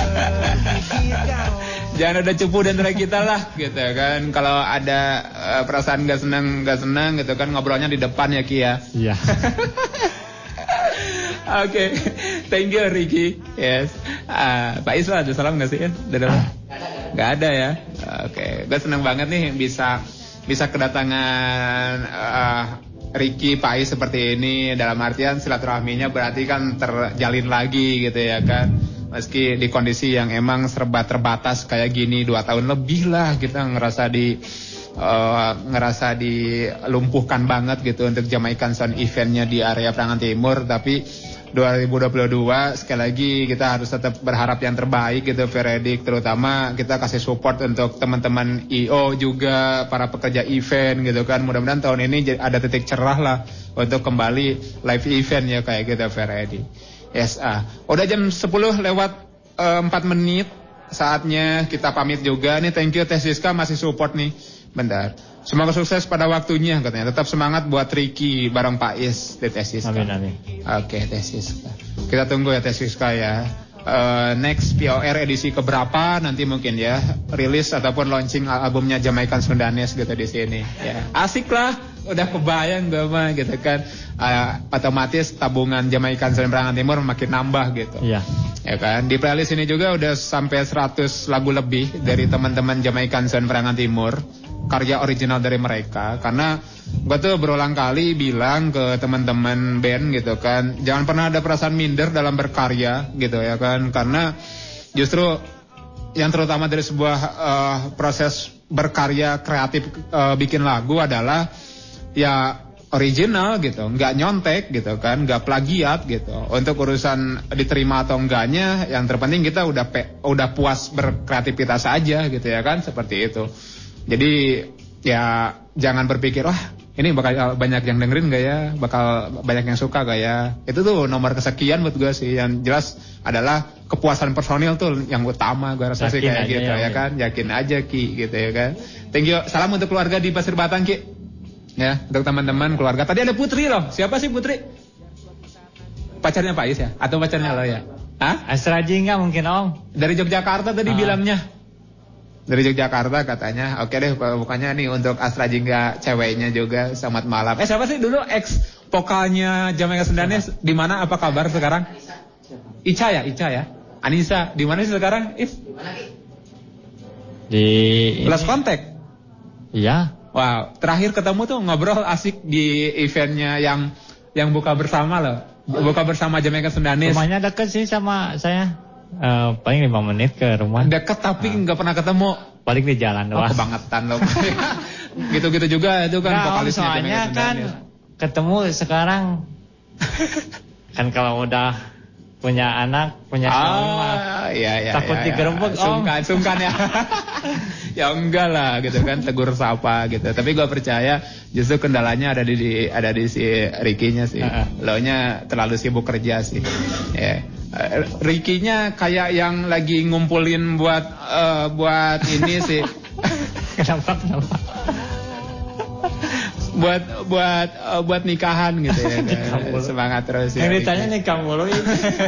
Jangan ada cepu di antara kita lah gitu kan. Kalau ada perasaan gak senang gitu kan, ngobrolnya di depan ya Ki ya. Iya. Oke, thank you Ricky. Yes. Pak Isla ada salam gak sih? Gak ada ya. Oke, gue senang banget nih bisa kedatangan Ricky, Pak Is seperti ini. Dalam artian silaturahminya berarti kan terjalin lagi gitu ya kan. Meski di kondisi yang emang serba terbatas kayak gini, 2 tahun lebih lah kita ngerasa dilumpuhkan banget gitu untuk Jamaican Sound eventnya di area Prangan Timur. Tapi 2022 sekali lagi kita harus tetap berharap yang terbaik gitu Veredik, terutama kita kasih support untuk teman-teman IO juga, para pekerja event gitu kan. Mudah-mudahan tahun ini ada titik cerah lah untuk kembali live event ya kayak gitu Veredik. Yes, udah jam 10 lewat 4 menit, saatnya kita pamit juga nih. Thank you Teh Siska masih support nih. Bentar. Semoga sukses pada waktunya katanya. Tetap semangat buat Ricky bareng Pak Is di Teh Siska. Amin. Oke, Teh Siska. Kita tunggu ya Teh Siska ya. Next POR edisi keberapa nanti mungkin ya rilis ataupun launching albumnya Jamaican Sundanis gitu di sini ya. Asik lah, udah kebayang gue mah gitu kan. Otomatis tabungan Jamaican Sundanis Prangan Timur makin nambah gitu. Iya. Ya kan, di playlist ini juga udah sampai 100 lagu lebih dari teman-teman Jamaican Sundanis Prangan Timur, karya original dari mereka. Karena gue tuh berulang kali bilang ke teman-teman band gitu kan, jangan pernah ada perasaan minder dalam berkarya gitu ya kan. Karena justru yang terutama dari sebuah proses berkarya kreatif bikin lagu adalah ya original gitu, nggak nyontek gitu kan, nggak plagiat gitu. Untuk urusan diterima atau enggaknya, yang terpenting kita udah puas berkreativitas aja gitu ya kan, seperti itu. Jadi ya jangan berpikir wah ini bakal banyak yang dengerin gak ya, bakal banyak yang suka gak ya. Itu tuh nomor kesekian buat gue sih. Yang jelas adalah kepuasan personil tuh yang utama gue rasa sih kayak gitu ya kan. Yakin aja Ki gitu ya kan. Thank you. Salam untuk keluarga di Pasir Batang Ki. Ya, untuk teman-teman keluarga. Tadi ada Putri loh. Siapa sih Putri? Pacarnya Pak Is ya? Atau pacarnya lo ya? Hah? Astra Jingga mungkin Om. Dari Yogyakarta tadi bilangnya. Dari Yogyakarta katanya. Oke deh, bukannya nih untuk Astra Jingga ceweknya juga. Selamat malam. Siapa sih dulu ex vokalnya Jamaican Sundanis? Di mana? Apa kabar sekarang? Ica ya? Anissa, di mana sih sekarang? Di Lost Contact. Iya. Wow, terakhir ketemu tuh ngobrol asik di eventnya yang buka bersama loh. Buka bersama Jamaican Sundanis. Rumahnya deket sih sama saya. Paling 5 menit ke rumah. Deket tapi nggak pernah ketemu. Paling di jalan doang. Oh, kebangetan loh. Gitu-gitu juga itu kan vokalisnya soalnya kan ketemu sekarang. Kan kalau udah punya anak, punya suami iya, takut digerebek Om. Sungkan ya. Ya enggak lah gitu kan, tegur sapa gitu. Tapi gue percaya justru kendalanya ada di si Ricky-nya sih. Lo-nya terlalu sibuk kerja sih. Ya. Ricky-nya kayak yang lagi ngumpulin buat ini sih. Kenapa? buat nikahan gitu ya kan. Semangat terus ya. Yang ditanya nikah mulu ini.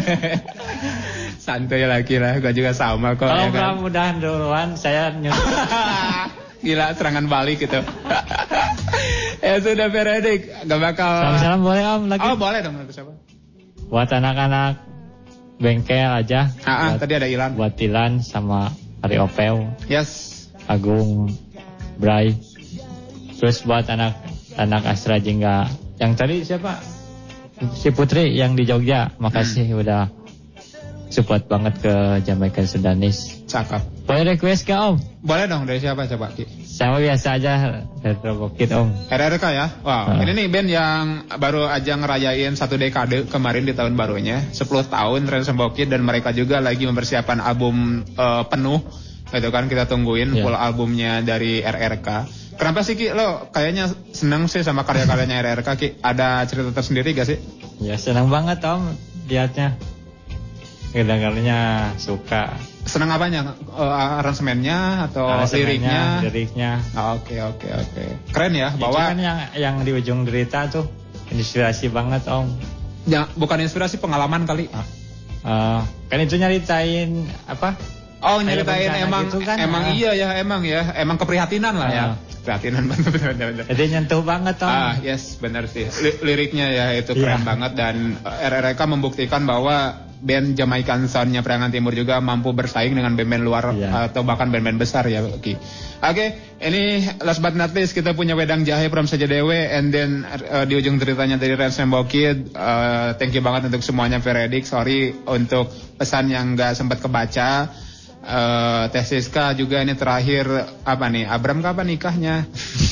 Santai lagi lah, gue juga sama kok. Kalau ya kan? mudah-mudahan duluan saya nyusul. Gila, serangan balik gitu. Ya sudah Veredik, gak bakal. Salam boleh Om lagi. Oh boleh dong, siapa? Buat anak-anak bengkel aja. Tadi ada Ilan. Buat Ilan sama Ari Opel. Yes. Agung, Bray. Terus buat anak Astra Jingga. Yang tadi siapa? si Putri yang di Jogja, makasih udah support banget ke Jamaican Sudanese. Cakep. Boleh request ke Om? Boleh dong, dari siapa coba Ki? Sama biasa aja Retro Bokit Om. RRK ya. Wow, ini nih band yang baru aja ngerayain 1 dekade kemarin di tahun barunya, 10 tahun Ransom Bokit, dan mereka juga lagi mempersiapkan album penuh. Gitu kan, kita tungguin full albumnya dari RRK. Kenapa sih Ki lo kayaknya seneng sih sama karya-karyanya RRK Ki? Ada cerita tersendiri gak sih? Ya senang banget Om lihatnya. Kadang-kadangnya suka. Senang apanya? Aransemennya atau liriknya? Oke. Keren ya, bahwa kan yang di ujung derita tuh inspirasi banget Om. Ya, bukan inspirasi, pengalaman kali. Kan itu nyeritain apa? Oh, nyeritain emang gitu kan, emang keprihatinan lah ya. Keprihatinan benar. Jadi nyentuh banget Om. Yes, benar sih. Liriknya ya itu keren banget, dan RRK membuktikan bahwa band Jamaican Sound-nya Priangan Timur juga mampu bersaing dengan band-band luar atau bahkan band-band besar ya Ki. Oke, ini last but not least kita punya Wedang Jahe from Saja Dewe, and then di ujung ceritanya dari Ransom Bokit. Thank you banget untuk semuanya Veredik. Sorry untuk pesan yang gak sempat kebaca. Teh Siska juga ini terakhir apa nih? Abram kapan nikahnya?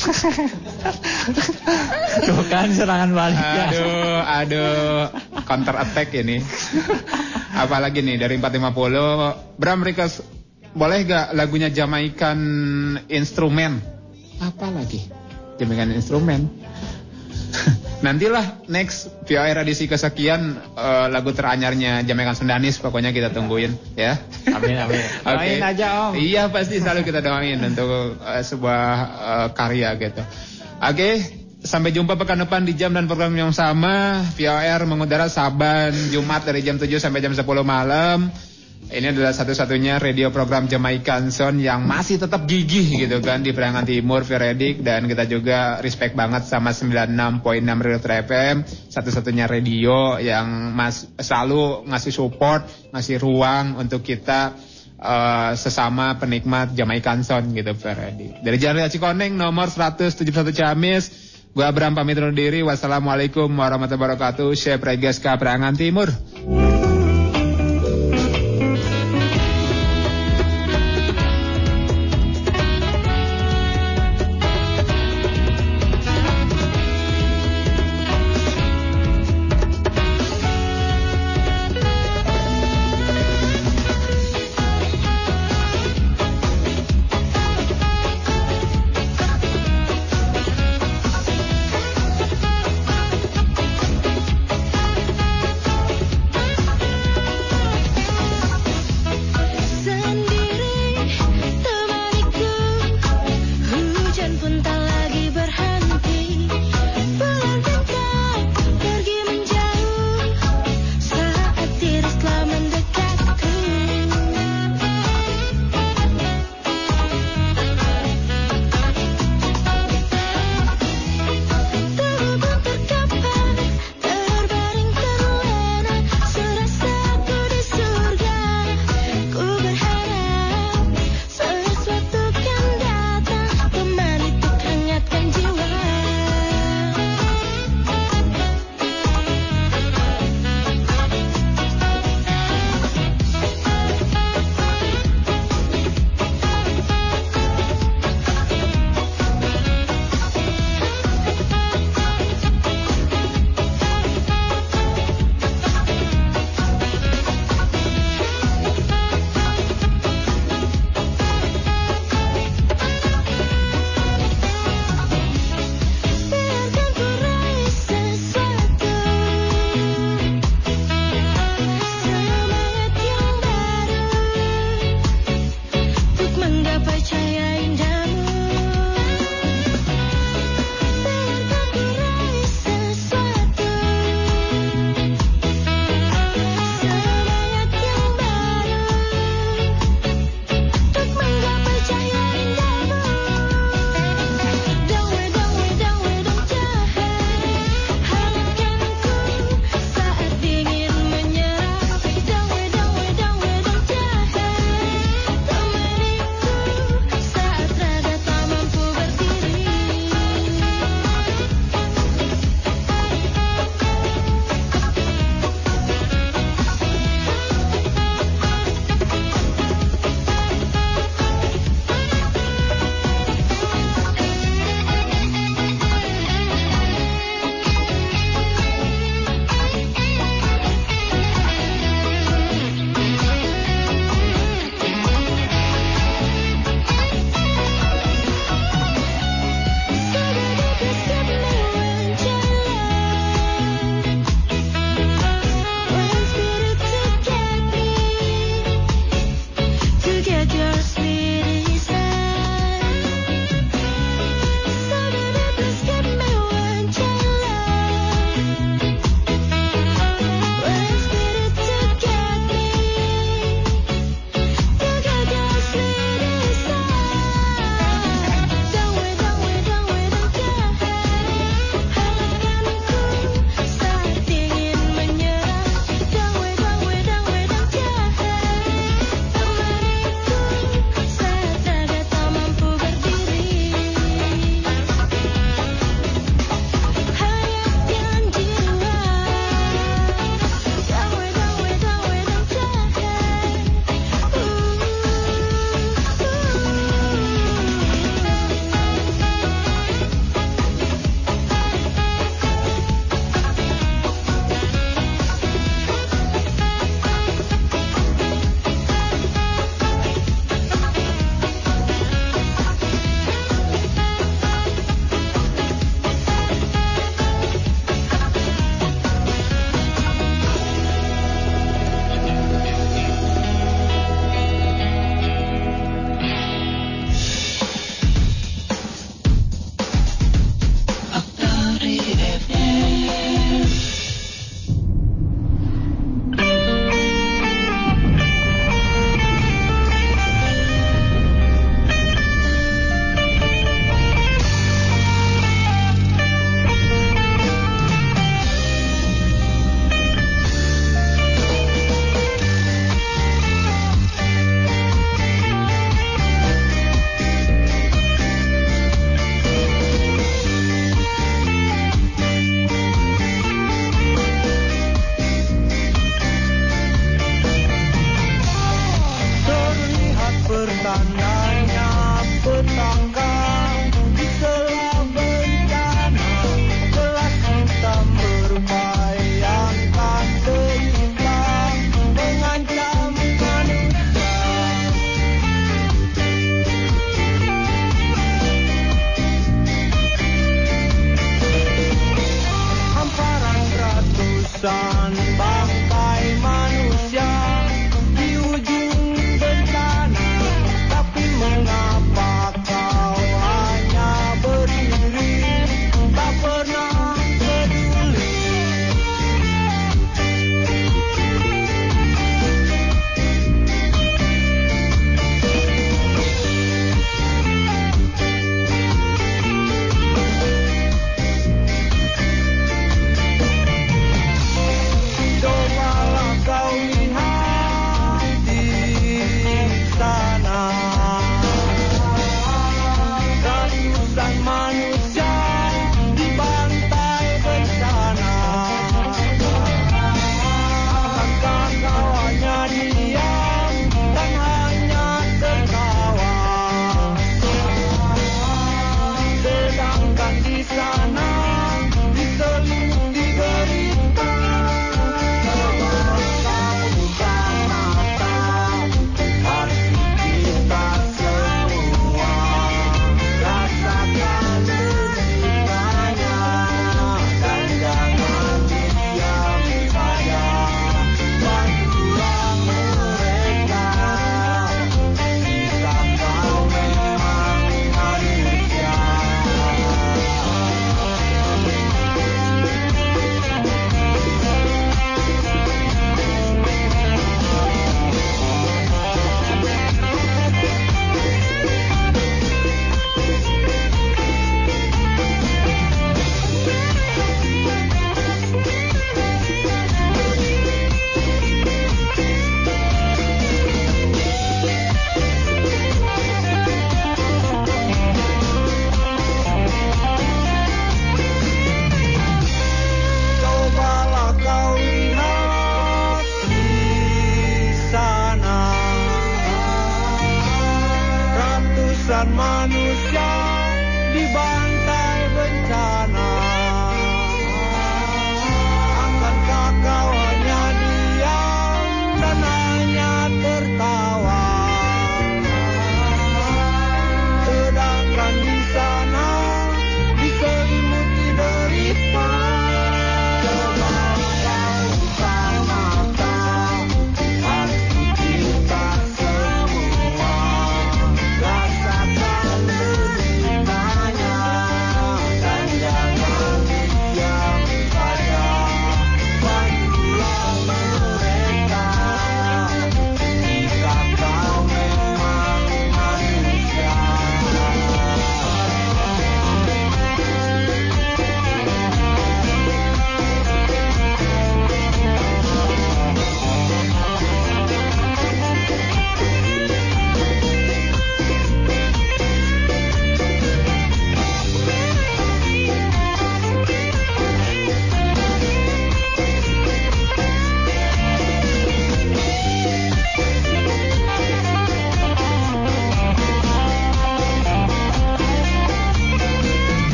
Tuh kan serangan balik. Aduh, counter attack ini. Apalagi nih dari 450. Bram request, boleh gak lagunya Jamaican Instrument? Apa lagi? Jamaican Instrument. Nantilah next VOR edisi kesekian lagu teranyarnya Jamaican Sudanese, pokoknya kita tungguin ya. Amin. Doain aja Om. Iya, pasti selalu kita doain untuk sebuah karya gitu. Oke, sampai jumpa pekan depan di jam dan program yang sama. VOR mengudara Saban Jumat dari jam 7 sampai jam 10 malam. Ini adalah satu-satunya radio program Jamaican Sound yang masih tetap gigih gitu kan di Priangan Timur, Veredik, dan kita juga respect banget sama 96.6 Radio FM, satu-satunya radio yang selalu ngasih support, ngasih ruang untuk kita sesama penikmat Jamaican Sound gitu Veredik. Dari Jalan Raya Cikoneng nomor 171 Ciamis, gua Abram pamit undur diri. Wassalamualaikum warahmatullahi wabarakatuh. Chef Regeska Priangan Timur.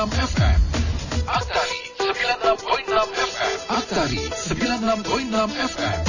FM. Aktari 96.6 FM. Aktari 96.6 FM.